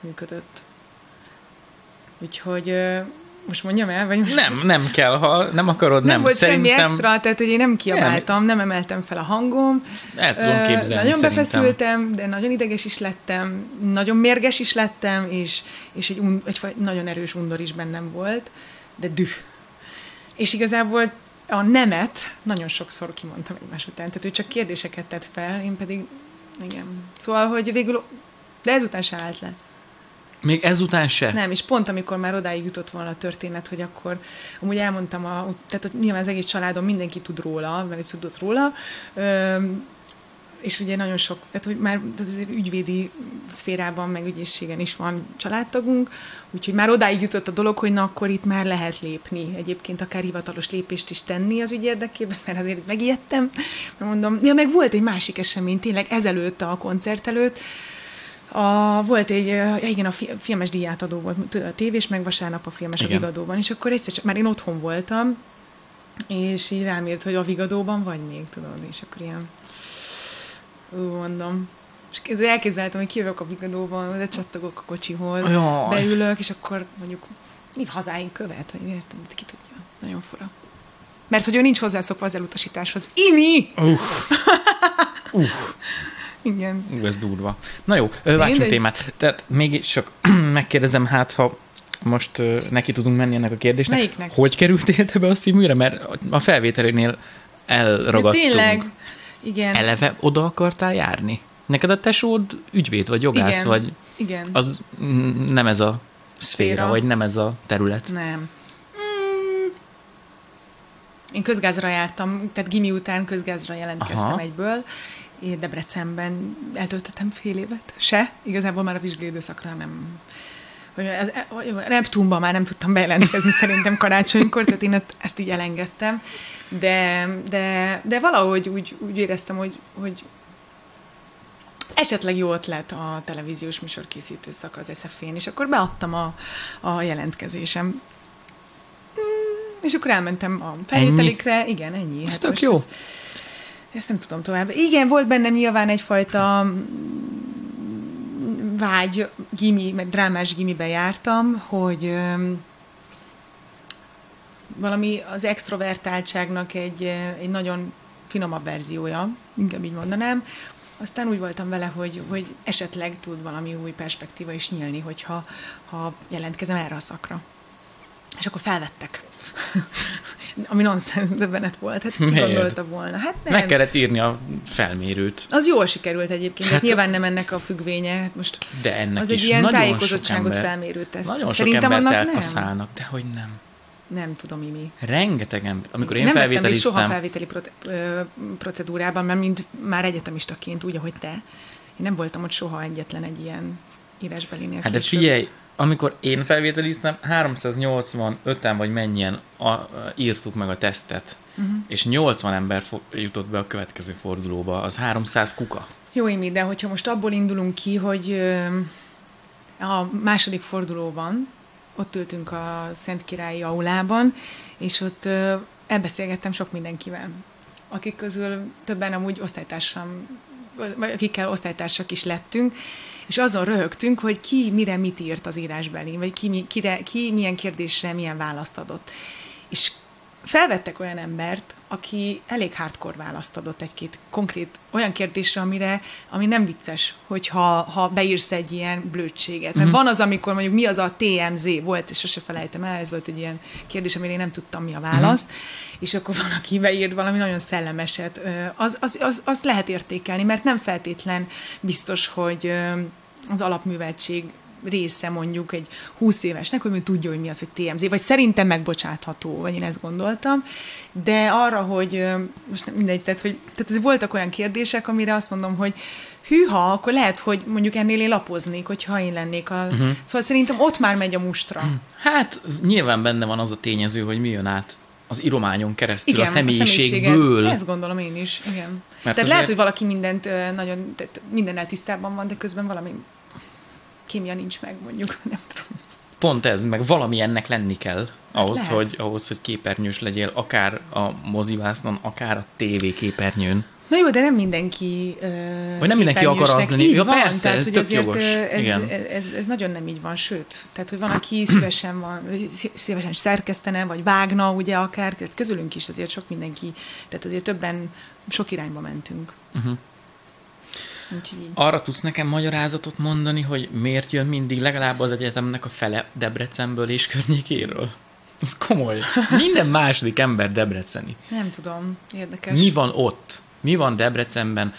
Úgyhogy most mondjam el? Vagy most... Nem kell, ha nem akarod, nem. Volt semmi extra, tehát hogy én nem kiabáltam, nem emeltem fel a hangom. El tudom képzelni, nagyon befeszültem, de nagyon ideges is lettem, nagyon mérges is lettem, és egy nagyon erős undor is bennem volt, de düh. És igazából a nemet nagyon sokszor kimondtam egymás után, tehát ő csak kérdéseket tett fel, én pedig igen. Szóval, hogy végül, de ezután se állt le. Még ezután se? Nem, és pont amikor már odáig jutott volna a történet, hogy akkor amúgy elmondtam, tehát nyilván az egész családom mindenki tud róla, vagy tudott róla, és ugye nagyon sok, tehát hogy már azért ügyvédi szférában, meg ügyészségen is van családtagunk, úgyhogy már odáig jutott a dolog, hogy na akkor itt már lehet lépni. Egyébként akár hivatalos lépést is tenni az ügy érdekében, mert azért megijedtem. Mondom, ja, meg volt egy másik esemény, tényleg ezelőtt a koncert előtt, volt igen, a filmes díjátadó volt a tévés, meg vasárnap a filmes igen. A Vigadóban, és akkor egyszer csak, már én otthon voltam, és így rám írt, hogy a Vigadóban vagy még, tudod, és akkor ilyen mondom. És elképzeltem, hogy kijövök a Vigadóban, de csattogok a kocsihoz, beülök, és akkor mondjuk hazáink követ, vagy értem, ki tudja. Nagyon fura. Mert hogy ő nincs hozzászokva az elutasításhoz. Imi! Igen. Ez durva. Na jó, váltsunk témát. Tehát mégis csak megkérdezem, hát ha most neki tudunk menni ennek a kérdésnek. Melyiknek? Hogy kerültél te be a színműre? Mert a felvételénél elragadtunk. De tényleg, igen. Eleve oda akartál járni? Neked a tesód ügyvéd, vagy jogász, igen. vagy igen. Az nem ez a szféra, vagy nem ez a terület? Nem. Én közgázra jártam, tehát gimi után közgázra jelentkeztem egyből. Én Debrecenben eltöltöttem fél évet. Igazából már a vizsgai időszakra nem. Neptunban már nem tudtam bejelentkezni szerintem karácsonykor, tehát én ezt így elengedtem. De valahogy úgy éreztem, hogy esetleg jó ötlet a televíziós műsorkészítő szak az SF-én, és akkor beadtam a jelentkezésem. És akkor elmentem a felvételikre. Ennyi? Igen, ennyi. Ez tök jó. Ezt nem tudom tovább. Igen, volt bennem nyilván egyfajta vágy, mert drámás gimiben jártam, hogy valami az extrovertáltságnak egy nagyon finomabb verziója, inkább így mondanám. Aztán úgy voltam vele, hogy esetleg tud valami új perspektíva is nyílni, hogyha jelentkezem erre a szakra. És akkor felvettek. Ami nonsens döbbenet volt. Hát ki gondolta volna? Hát nem. Meg kellett írni a felmérőt. Az jól sikerült egyébként. Hát nyilván nem ennek a függvénye. Most de ennek az is egy ilyen tájékozottságot felmérő teszt. Nagyon szerintem sok embert annak elkaszálnak, de hogy nem. Nem tudom, mi. Rengeteg ember. Amikor én nem felvételiztem... Nem soha felvételi procedúrában, mert mint már egyetemistaként, úgy, ahogy te. Én nem voltam ott soha egyetlen egy ilyen írásbelinél. Hát de figyelj, amikor én felvételiztem, 385-en vagy mennyien írtuk meg a tesztet, és 80 ember jutott be a következő fordulóba, az 300 kuka. Jó, Imi, de hogyha most abból indulunk ki, hogy a második fordulóban ott ültünk a Szentkirályi aulában, és ott elbeszélgettem sok mindenkivel, akik közül többen amúgy osztálytársam, vagy akikkel osztálytársak is lettünk, és azon röhögtünk, hogy ki mire mit írt az írásbeli, vagy ki milyen kérdésre milyen választ adott. És felvettek olyan embert, aki elég hardcore választ adott egy-két konkrét olyan kérdésre, ami nem vicces, hogyha beírsz egy ilyen blödséget. Mert van az, amikor mondjuk mi az a TMZ volt, és sose felejtem el, ez volt egy ilyen kérdés, amire én nem tudtam, mi a válasz, és akkor van, aki beírt valami nagyon szellemeset. Azt lehet értékelni, mert nem feltétlen biztos, hogy az alapműveltség része mondjuk egy 20 évesnek, hogy tudja, hogy mi az, hogy TMZ, vagy szerintem megbocsátható, vagy én ezt gondoltam, de arra, hogy most nem mindegy, tehát ez voltak olyan kérdések, amire azt mondom, hogy hűha, akkor lehet, hogy mondjuk ennél én lapoznék, hogyha én lennék Szóval szerintem ott már megy a mustra. Hát nyilván benne van az a tényező, hogy mi jön át az írományon keresztül, igen, a személyiségből. Ezt gondolom én is, igen. Tehát lehet, hogy valaki mindennel tisztában van, de közben valami kémia nincs meg, mondjuk, nem tudom. Pont ez, meg valami ennek lenni kell ahhoz, hogy képernyős legyél, akár a mozivásznon, akár a TV képernyőn. Na jó, de nem mindenki vagy nem mindenki akar az lenni. Ja, van, persze, tehát, ez tök jogos. Ez nagyon nem így van, sőt. Tehát, hogy van, aki szívesen szerkesztene, vagy vágna, ugye akár, tehát közülünk is azért sok mindenki, tehát azért többen sok irányba mentünk. Arra tudsz nekem magyarázatot mondani, hogy miért jön mindig legalább az egyetemnek a fele Debrecenből és környékéről? Ez komoly. Minden második ember debreceni. Nem tudom, érdekes. Mi van ott? Mi van Debrecenben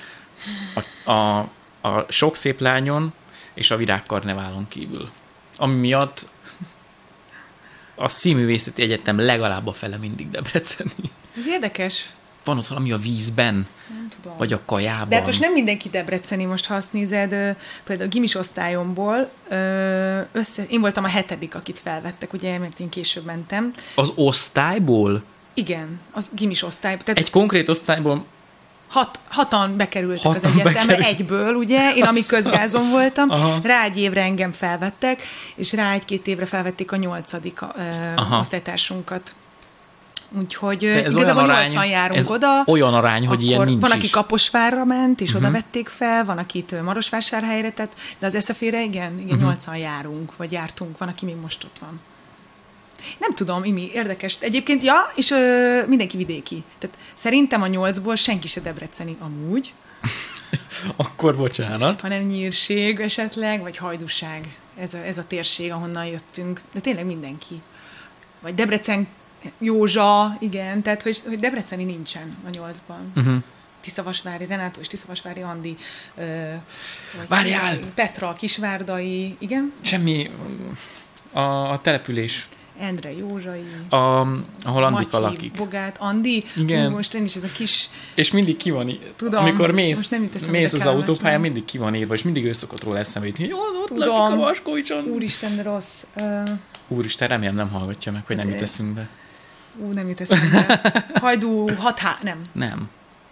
a sok szép lányon és a virágkarneválon kívül? Ami miatt a Színművészeti Egyetem legalább a fele mindig debreceni. Ez érdekes. Van ott valami a vízben? Nem tudom. Vagy a kajában? De hát most nem mindenki debreceni, most ha azt nézed, például a gimis osztályomból, én voltam a 7., akit felvettek, ugye, mert én később mentem. Az osztályból? Igen, az gimis osztály. Tehát egy konkrét osztályból? Hatan bekerültek az egyetemre egyből, ugye, én amíg közgázon voltam, rá egy évre engem felvettek, és rá 1-2 évre felvették a 8. osztálytársunkat. Úgyhogy igazából 80 járunk oda. Olyan arány, hogy ilyen nincs van, is. Aki Kaposvárra ment, és oda vették fel, van, akit Marosvásárhelyre tett, de az SZF-re igen 80 járunk, vagy jártunk, van, aki még most ott van. Nem tudom, Imi, érdekes. Egyébként, és mindenki vidéki. Tehát szerintem a 8-ból senki se debreceni amúgy. Akkor bocsánat. Hanem Nyírség esetleg, vagy Hajdúság. Ez a térség, ahonnan jöttünk. De tényleg mindenki. Vagy Debrecen, Józsa, igen, tehát hogy debreceni nincsen a 8-ban. Tiszavasvári Renátó és Tiszavasvári Andi. Várjál! Petra, Kisvárdai, igen? Semmi. A település. Endre Józsai. Ahol Andika lakik. Bogát, Andi. Igen. Most én is ez a kis... És mindig ki van írva. Amikor mész az autópályán, mindig ki van írva, és mindig ő szokott róla eszembe jutni, hogy ott lakik a Vaskóicson. Úristen, de rossz. Úristen, remélem nem hallgatja meg, hogy nem jut eszünkbe. Nem jut eszünkbe. Hajdú 6H, nem. Nem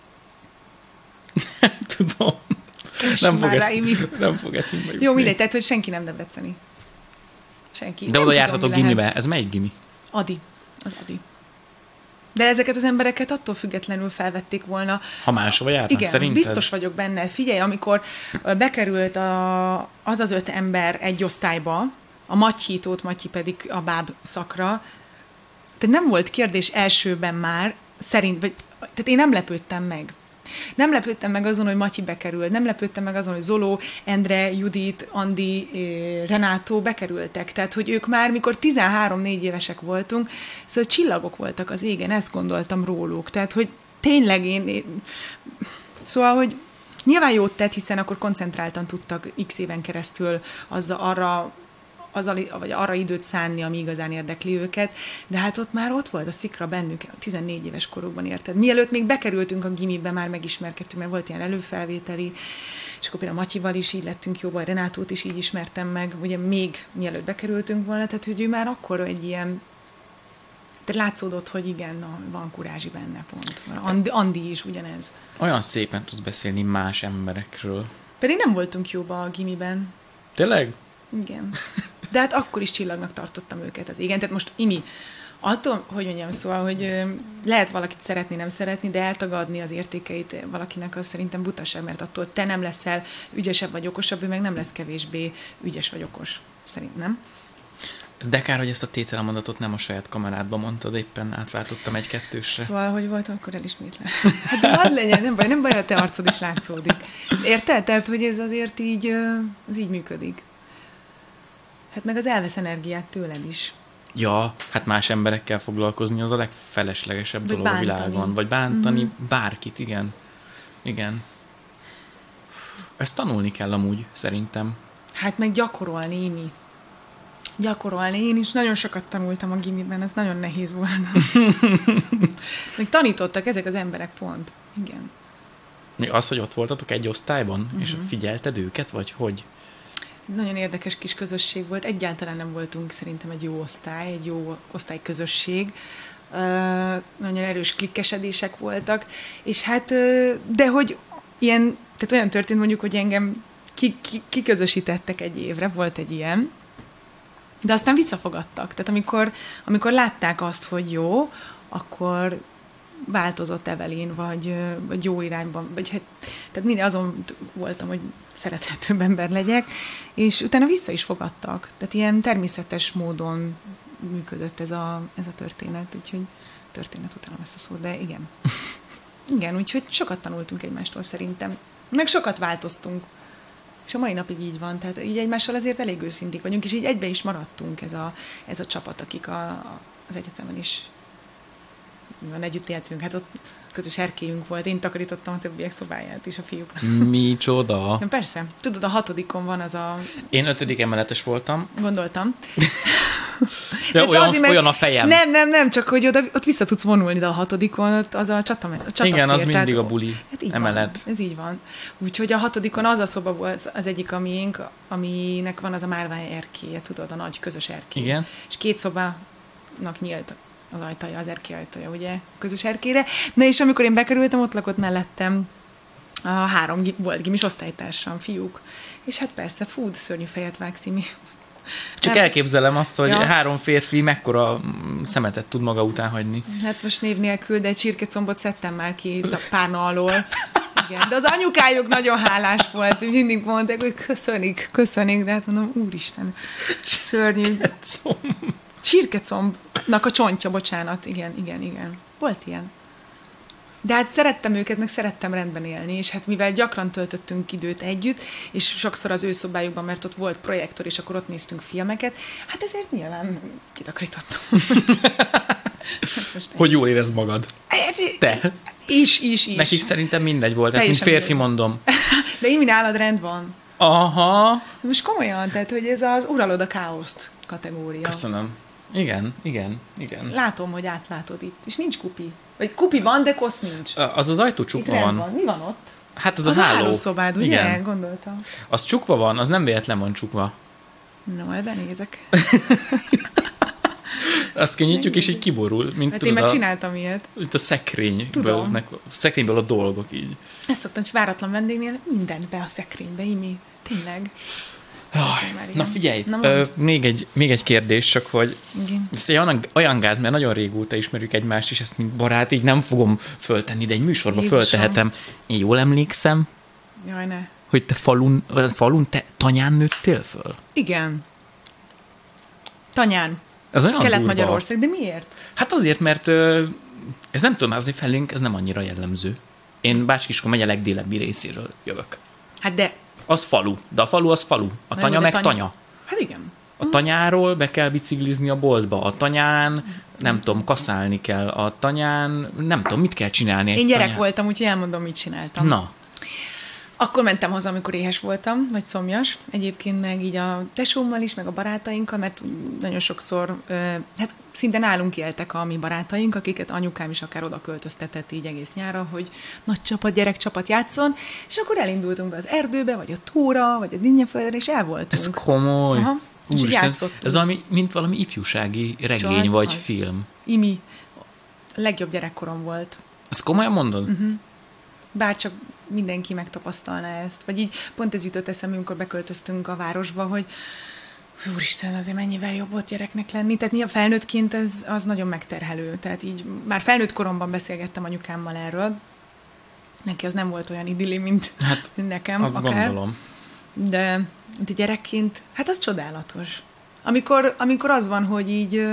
tudom. Nem fog eszünkbe jutni. Jó, mindegy, tehát, hogy senki nem debreceni. Senki. De oda jártatok gimibe. Ez melyik gimi? Adi. Az Adi. De ezeket az embereket attól függetlenül felvették volna. Ha máshova járnak, igen, szerinted? Biztos vagyok benne. Figyelj, amikor bekerült az 5 ember egy osztályba, a Mattyitól, Matyi pedig a báb szakra, tehát nem volt kérdés elsőben már, tehát én nem lepődtem meg. Nem lepődtem meg azon, hogy Matyi bekerült, nem lepődtem meg azon, hogy Zoló, Endre, Judit, Andi, Renátó bekerültek. Tehát, hogy ők már, mikor 13-4 évesek voltunk, szóval csillagok voltak az égen, ezt gondoltam róluk. Tehát, hogy tényleg Szóval, hogy nyilván jót tett, hiszen akkor koncentráltan tudtak x éven keresztül arra időt szánni, ami igazán érdekli őket, de hát ott volt a szikra bennük, 14 éves korukban, érted? Mielőtt még bekerültünk a gimibe, már megismerkedtünk, mert volt ilyen előfelvételi, és akkor például Matyival is így lettünk jóban, Renátót is így ismertem meg, ugye még mielőtt bekerültünk volna, tehát hogy ő már akkor egy ilyen, tehát látszódott, hogy igen, van kurázsi benne pont. Andi is ugyanez. Olyan szépen tudsz beszélni más emberekről. Pedig nem voltunk jóban a gimiben. Tényleg? Igen. De hát akkor is csillagnak tartottam őket az égen. Tehát most Imi, attól, hogy mondjam, szóval, hogy lehet valakit szeretni, nem szeretni, de eltagadni az értékeit valakinek, az szerintem butaság, mert attól te nem leszel ügyesebb vagy okosabb, ő meg nem lesz kevésbé ügyes vagy okos. Szerint nem? De kár, hogy ezt a tételmondatot nem a saját kamerádba mondtad, éppen átváltottam egy-kettősre. Szóval, hogy voltam, akkor elismétlem. Hát de hadd legyen, nem baj, a te arcod is látszódik. Érted? Tehát, hogy ez azért így, ez így működik. Hát meg az elvesz energiát tőled is. Ja, hát más emberekkel foglalkozni az a legfeleslegesebb dolog bántani. A világon. Vagy bántani bárkit, igen. Igen. Ezt tanulni kell amúgy, szerintem. Hát meg gyakorolni, Imi. Gyakorolni. Én is nagyon sokat tanultam a gimiben, ez nagyon nehéz volt. Meg tanítottak ezek az emberek pont. Igen. Mi az, hogy ott voltatok egy osztályban, és figyelted őket, vagy hogy? Nagyon érdekes kis közösség volt. Egyáltalán nem voltunk szerintem egy jó osztály, egy jó osztályközösség. Nagyon erős klikkesedések voltak, és hát, de hogy ilyen, tehát olyan történt mondjuk, hogy engem kiközösítettek egy évre, volt egy ilyen, de aztán visszafogadtak. Tehát amikor látták azt, hogy jó, akkor változott Evelyn, vagy jó irányban, vagy hát, tehát mindig azon voltam, hogy szerethetőbb ember legyek, és utána vissza is fogadtak. Tehát ilyen természetes módon működött ez a történet, úgyhogy történet utálom ezt a szót, de igen. Igen, úgyhogy sokat tanultunk egymástól szerintem. Meg sokat változtunk. És a mai napig így van, tehát így egymással azért elég őszinték vagyunk, és így egybe is maradtunk ez a csapat, akik az egyetemen is együtt éltünk. Hát ott közös erkélyünk volt, én takarítottam a többiek szobáját is, a fiúk. Micsoda? Persze. Tudod, a 6. van az a... Én 5. emeletes voltam. Gondoltam. De olyan a fejem. Nem, csak hogy ott vissza tudsz vonulni, de a 6. az a csatatér. Igen, az mindig a buli emelet. Ez így van. Úgyhogy a 6. az a szoba volt az egyik amiénk, aminek van az a márvány erkélye, tudod, a nagy közös erkély. Igen. És 2 szobának nyílt az ajtaja, az erkély ajtaja, ugye, a közös erkélyre. Na és amikor én bekerültem, ott lakott mellettem a 3 volt gimis osztálytársam, fiúk. És hát persze, de szörnyű fejet vágsz, Imi. Csak elképzelem azt, hogy 3 férfi mekkora szemetet tud maga után hagyni. Hát most név nélkül, de egy csirkecombot szedtem már ki a párna alól. Igen. De az anyukájuk nagyon hálás volt, és mindig mondták, hogy köszönik, de hát mondom, úristen, szörnyű. Csirkecombnak a csontja, bocsánat, igen. Volt ilyen. De hát szerettem őket, meg szerettem rendben élni, és hát mivel gyakran töltöttünk időt együtt, és sokszor az ő szobájukban, mert ott volt projektor, és akkor ott néztünk filmeket, hát ezért nyilván kitakarítottam. Hogy jól érezd magad. Te. Is. Nekik szerintem mindegy volt, ezt mint férfi mondom. De Imi, nálad rend van. Aha. Most komolyan, tehát, hogy ez az uralod a káoszt kategória. Köszönöm. Igen. Látom, hogy átlátod itt. És nincs kupi. Vagy kupi van, de kosz nincs. Az ajtó csukva van. Mi van ott? Hát az a hálószobád, ugye? Igen. Gondoltam. Az csukva van, az nem véletlen van csukva. No, ebben nézek. Azt kinyitjuk, és így kiborul. Mint hát én már csináltam ilyet. Itt a szekrényből a dolgok így. Ezt szoktam, hogy váratlan vendégnél mindent be a szekrénybe, Imi. Tényleg. Na figyelj, még egy kérdés, csak hogy ez olyan gáz, mert nagyon régóta ismerjük egymást, és ezt mint barát így nem fogom föltenni, de egy műsorba föltehetem. Én jól emlékszem, jaj, ne. hogy te falun te Tanyán nőttél föl? Igen. Tanyán. Ez olyan Kelet-Magyarország, de miért? Hát azért, mert ez nem tudom, azért felünk ez nem annyira jellemző. Én Bács-Kiskun megye legdélebbi részéről jövök. Hát de... Az falu, de a falu az falu. A tanya meg tanya. Hát igen. A tanyáról be kell biciklizni a boltba. A tanyán, nem tudom, kaszálni kell. A tanyán, nem tudom, mit kell csinálni. Én gyerek voltam, úgyhogy elmondom, mit csináltam. Na. Akkor mentem haza, amikor éhes voltam, vagy szomjas. Egyébként meg így a tesómmal is, meg a barátainkkal, mert nagyon sokszor, hát szinte nálunk éltek a mi barátaink, akiket anyukám is akár oda költöztetett így egész nyára, hogy nagy csapat, gyerekcsapat játszon, és akkor elindultunk be az erdőbe, vagy a túra, vagy a Dinnyeföldre, és el voltunk. Ez komoly. Aha. Úristen, ez valami, mint valami ifjúsági regény, vagy film. Imi, a legjobb gyerekkorom volt. Ezt komolyan mondod? Bárcsak mindenki megtapasztalná ezt. Vagy így pont ez jutott eszembe, amikor beköltöztünk a városba, hogy úristen, azért mennyivel jobb volt gyereknek lenni. Tehát nyilván felnőttként az nagyon megterhelő. Tehát így már felnőtt koromban beszélgettem anyukámmal erről. Neki az nem volt olyan idilli, mint nekem. Azt akár. Gondolom. De gyerekként, hát az csodálatos. amikor az van, hogy így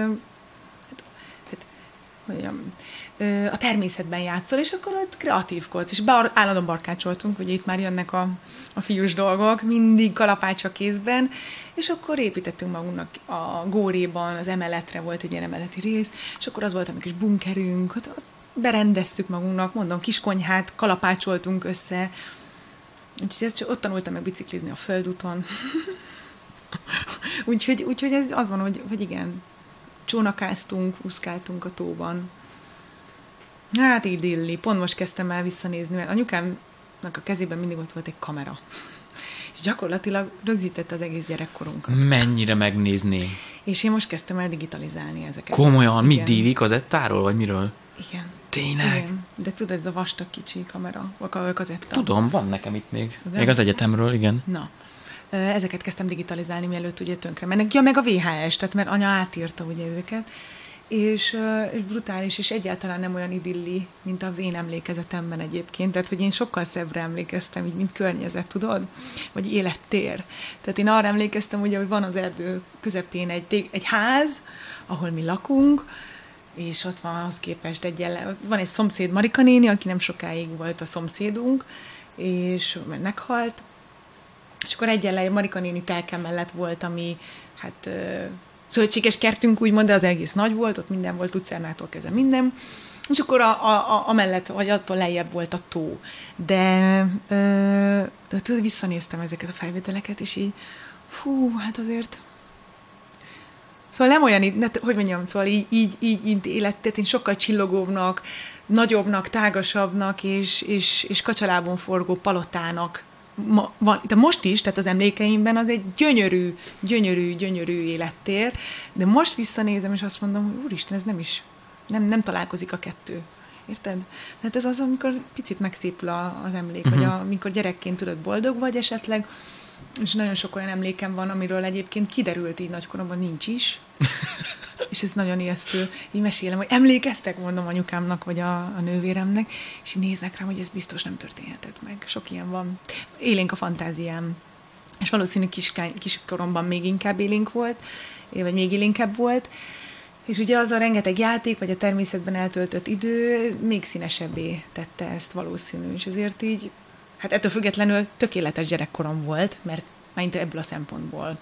a természetben játszol, és akkor ott kreatívkodsz, és állandóan barkácsoltunk, hogy itt már jönnek a fiús dolgok, mindig kalapács a kézben, és akkor építettünk magunknak a góréban, az emeletre volt egy ilyen emeleti rész, és akkor az volt a kis bunkerünk, ott berendeztük magunknak, mondom, kis konyhát, kalapácsoltunk össze, úgyhogy ott tanultam meg biciklizni a földúton. úgyhogy ez az van, hogy igen, csónakáztunk, úszkáltunk a tóban. Hát idilli. Pont most kezdtem el visszanézni, mert anyukámnak a kezében mindig ott volt egy kamera. És gyakorlatilag rögzített az egész gyerekkorunkat. Mennyire megnézni. És én most kezdtem el digitalizálni ezeket. Komolyan? Mit, DV kazettáról, vagy miről? Igen. Tényleg? Igen. De tudod, ez a vastag kicsi kamera, vagy kazetta. Tudom, van nekem itt még. Még az egyetemről, igen. Na. Ezeket kezdtem digitalizálni, mielőtt ugye tönkre mennek. Ja, meg a VHS, tehát mert anya átírta ugye őket. És brutális, és egyáltalán nem olyan idilli, mint az én emlékezetemben egyébként. Tehát, hogy én sokkal szebbre emlékeztem, így, mint környezet, tudod? Vagy élettér. Tehát én arra emlékeztem, ugye, hogy van az erdő közepén egy ház, ahol mi lakunk, és ott van ahhoz képest van egy szomszéd Marika néni, aki nem sokáig volt a szomszédunk, és meghalt, és akkor egyenlő Marika néni telke mellett volt, ami hát zöldséges kertünk úgymond, de az egész nagy volt, ott minden volt, lucernától kezdve minden, és akkor amellett, vagy attól lejjebb volt a tó. De tudod, visszanéztem ezeket a felvételeket, és így, hát azért szóval nem olyan, hogy mondjam, szóval így életet, én sokkal csillogóbbnak, nagyobbnak, tágasabbnak, és kacsalábon forgó palotának van. De most is, tehát az emlékeimben az egy gyönyörű élettér, de most visszanézem, és azt mondom, hogy úristen, ez nem találkozik a kettő. Érted? Tehát ez az, amikor picit megszépül az emlék, vagy amikor gyerekként tudod, boldog vagy esetleg, és nagyon sok olyan emlékem van, amiről egyébként kiderült így nagykoromban, nincs is. És ez nagyon ijesztő. Így mesélem, hogy emlékeztek, mondom anyukámnak, vagy a nővéremnek, és így néznek rám, hogy ez biztos nem történhetett meg. Sok ilyen van. Élénk a fantáziám. És valószínű kiskoromban még inkább élénk volt, vagy még élénkebb volt. És ugye az a rengeteg játék, vagy a természetben eltöltött idő még színesebbé tette ezt valószínű. És ezért így, hát ettől függetlenül tökéletes gyerekkorom volt, mert már ebből a szempontból.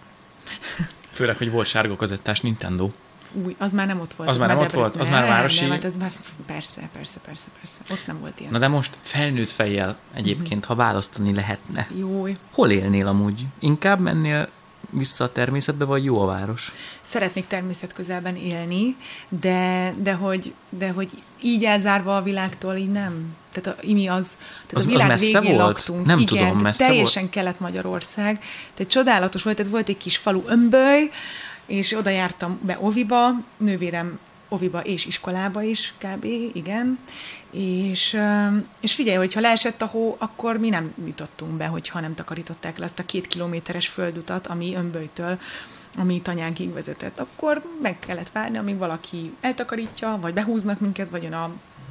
Főleg, hogy volt sárga kazettás Nintendo. Új, az már nem ott volt. Az már nem ott volt? Az már városi? Nem, hát ez már persze. Ott nem volt ilyen. Na de most felnőtt fejjel egyébként, ha választani lehetne. Jó. Hol élnél amúgy? Inkább mennél vissza a természetbe, vagy jó a város? Szeretnék természet közelben élni, de hogy így elzárva a világtól, így nem. Tehát a világ végén laktunk. Nem igen, tudom, messze teljesen volt? Kelet-Magyarország. Tehát csodálatos volt, tehát volt egy kis falu Ömböly, és oda jártam be oviba, nővérem oviba és iskolába is, kb. Igen. És figyelj, hogyha leesett a hó, akkor mi nem jutottunk be, hogyha nem takarították le azt a 2 kilométeres földutat, ami Ömbölytől, ami Tanyánkig vezetett. Akkor meg kellett várni, amíg valaki eltakarítja, vagy behúznak minket, vagy jön a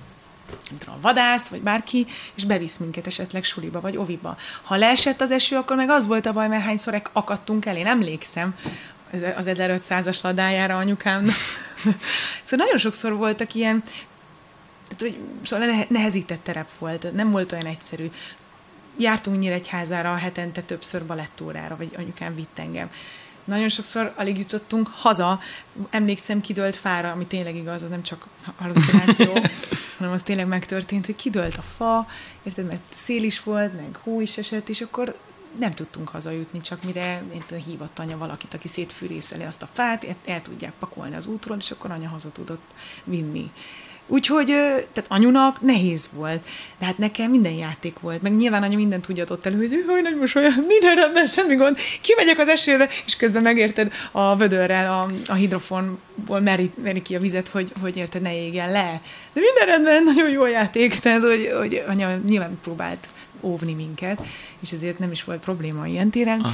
vadász, vagy bárki, és bevisz minket esetleg suliba, vagy oviba. Ha leesett az eső, akkor meg az volt a baj, mert hányszor akadtunk el, én emlékszem az 1500-as ladájára anyukámnak. Szóval nagyon sokszor voltak ilyen, tehát, hogy szóval nehezített terep volt, nem volt olyan egyszerű. Jártunk Nyíregyházára hetente többször balettórára, vagy anyukám vitt engem. Nagyon sokszor alig jutottunk haza, emlékszem kidőlt fára, ami tényleg igaz, az nem csak hallucináció, hanem az tényleg megtörtént, hogy kidőlt a fa, érted, mert szél is volt, meg hó is esett, és akkor nem tudtunk hazajutni, csak mire hívott anya valakit, aki szétfűrészeli azt a fát, el tudják pakolni az útról, és akkor anya haza tudott vinni. Úgyhogy, tehát anyunak nehéz volt, de hát nekem minden játék volt, meg nyilván anya mindent úgy adott elő, hogy nagy mosolya, minden rendben, semmi gond, kimegyek az esőre, és közben megérted a vödörrel, a hidrofonból meri ki a vizet, hogy érted, ne égjen le. De minden rendben, nagyon jó játék, tehát hogy anya nyilván próbált óvni minket, és ezért nem is volt probléma ilyen téren.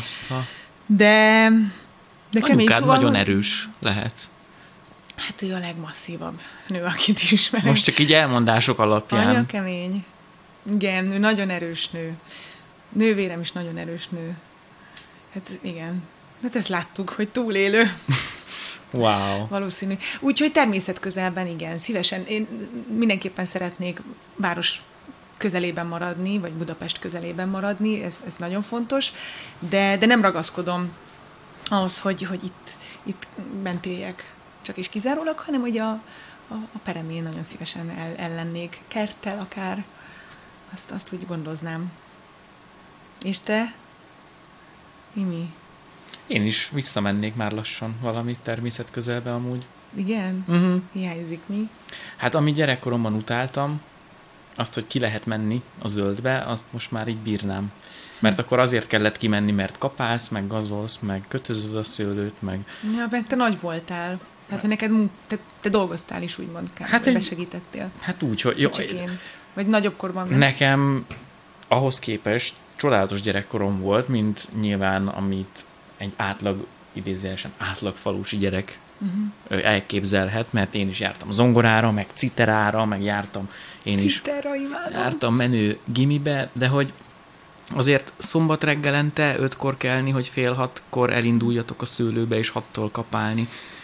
De kemény, szóval nagyon erős lehet. Hát ő a legmasszívabb nő, akit ismerek. Most csak így elmondások alapján. Nagyon kemény. Igen, ő nagyon erős nő. Nővérem is nagyon erős nő. Hát igen. Hát ezt láttuk, hogy túlélő. Wow. Valószínű. Úgyhogy természetközelben igen, szívesen. Én mindenképpen szeretnék város közelében maradni, vagy Budapest közelében maradni, ez nagyon fontos, de nem ragaszkodom ahhoz, hogy itt bent éljek csak és kizárólag, hanem hogy a peremén nagyon szívesen ellennék, kerttel akár, azt úgy gondoznám. És te? Mi? Én is visszamennék már lassan valami természet közelbe amúgy. Igen? Hiányzik mi? Hát ami gyerekkoromban utáltam, azt, hogy ki lehet menni a zöldbe, azt most már így bírnám. Mert akkor azért kellett kimenni, mert kapálsz, meg gazolsz, meg kötözöd a szőlőt, meg... Ja, mert te nagy voltál. Tehát, hogy neked te dolgoztál is, úgymond, besegítettél. Hát úgy, hogy... Kicsikén. Vagy nagyobb korban. Nekem ahhoz képest csodálatos gyerekkorom volt, mint nyilván, amit egy idézőjelesen átlag falusi gyerek elképzelhet, mert én is jártam zongorára, meg citerára, meg jártam jártam menő gimibe, de hogy azért szombat reggelente 5-kor kelni, hogy 5:30-kor elinduljatok a szőlőbe és 6-tól kapálni,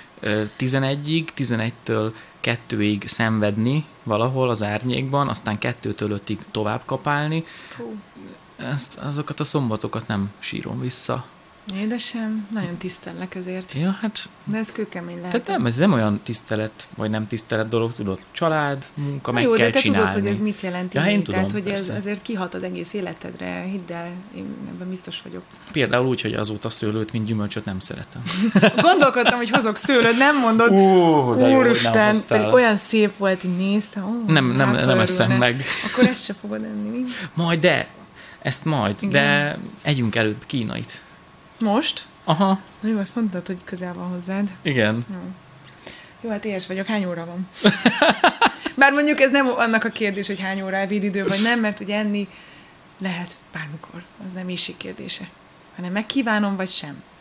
11-től 2-ig szenvedni valahol az árnyékban, aztán 2-től 5-ig tovább kapálni. Azokat a szombatokat nem sírom vissza. Édesem, nagyon tisztellek ezért. Ja, hát... De ez kőkemény lehet. Tehát nem, ez nem olyan tisztelet, vagy nem tisztelet dolog, tudod, család, munka, meg jó, kell de te csinálni. tudod, hogy ez mit jelent. Ja, én tudom, tehát, hogy persze. ez azért kihat az egész életedre, hidd el, én ebben biztos vagyok. Például úgy, hogy azóta szőlőt, mint gyümölcsöt nem szeretem. Gondolkodtam, hogy hozok szőlőt, nem mondod. De jó, Úristen, pedig olyan szép volt, így néztem. Nem eszem meg. Akkor ezt se fogod enni, mi? Majd, igen. De együnk előbb kínait. Most? Aha. Na jó, azt mondtad, hogy közel van hozzád. Igen. Jó, hát éhes vagyok. Hány óra van? Bár mondjuk ez nem annak a kérdés, hogy hány óra ebédidő, vagy nem, mert ugye enni lehet bármikor. Az nem éhség kérdése. Hanem megkívánom, vagy sem.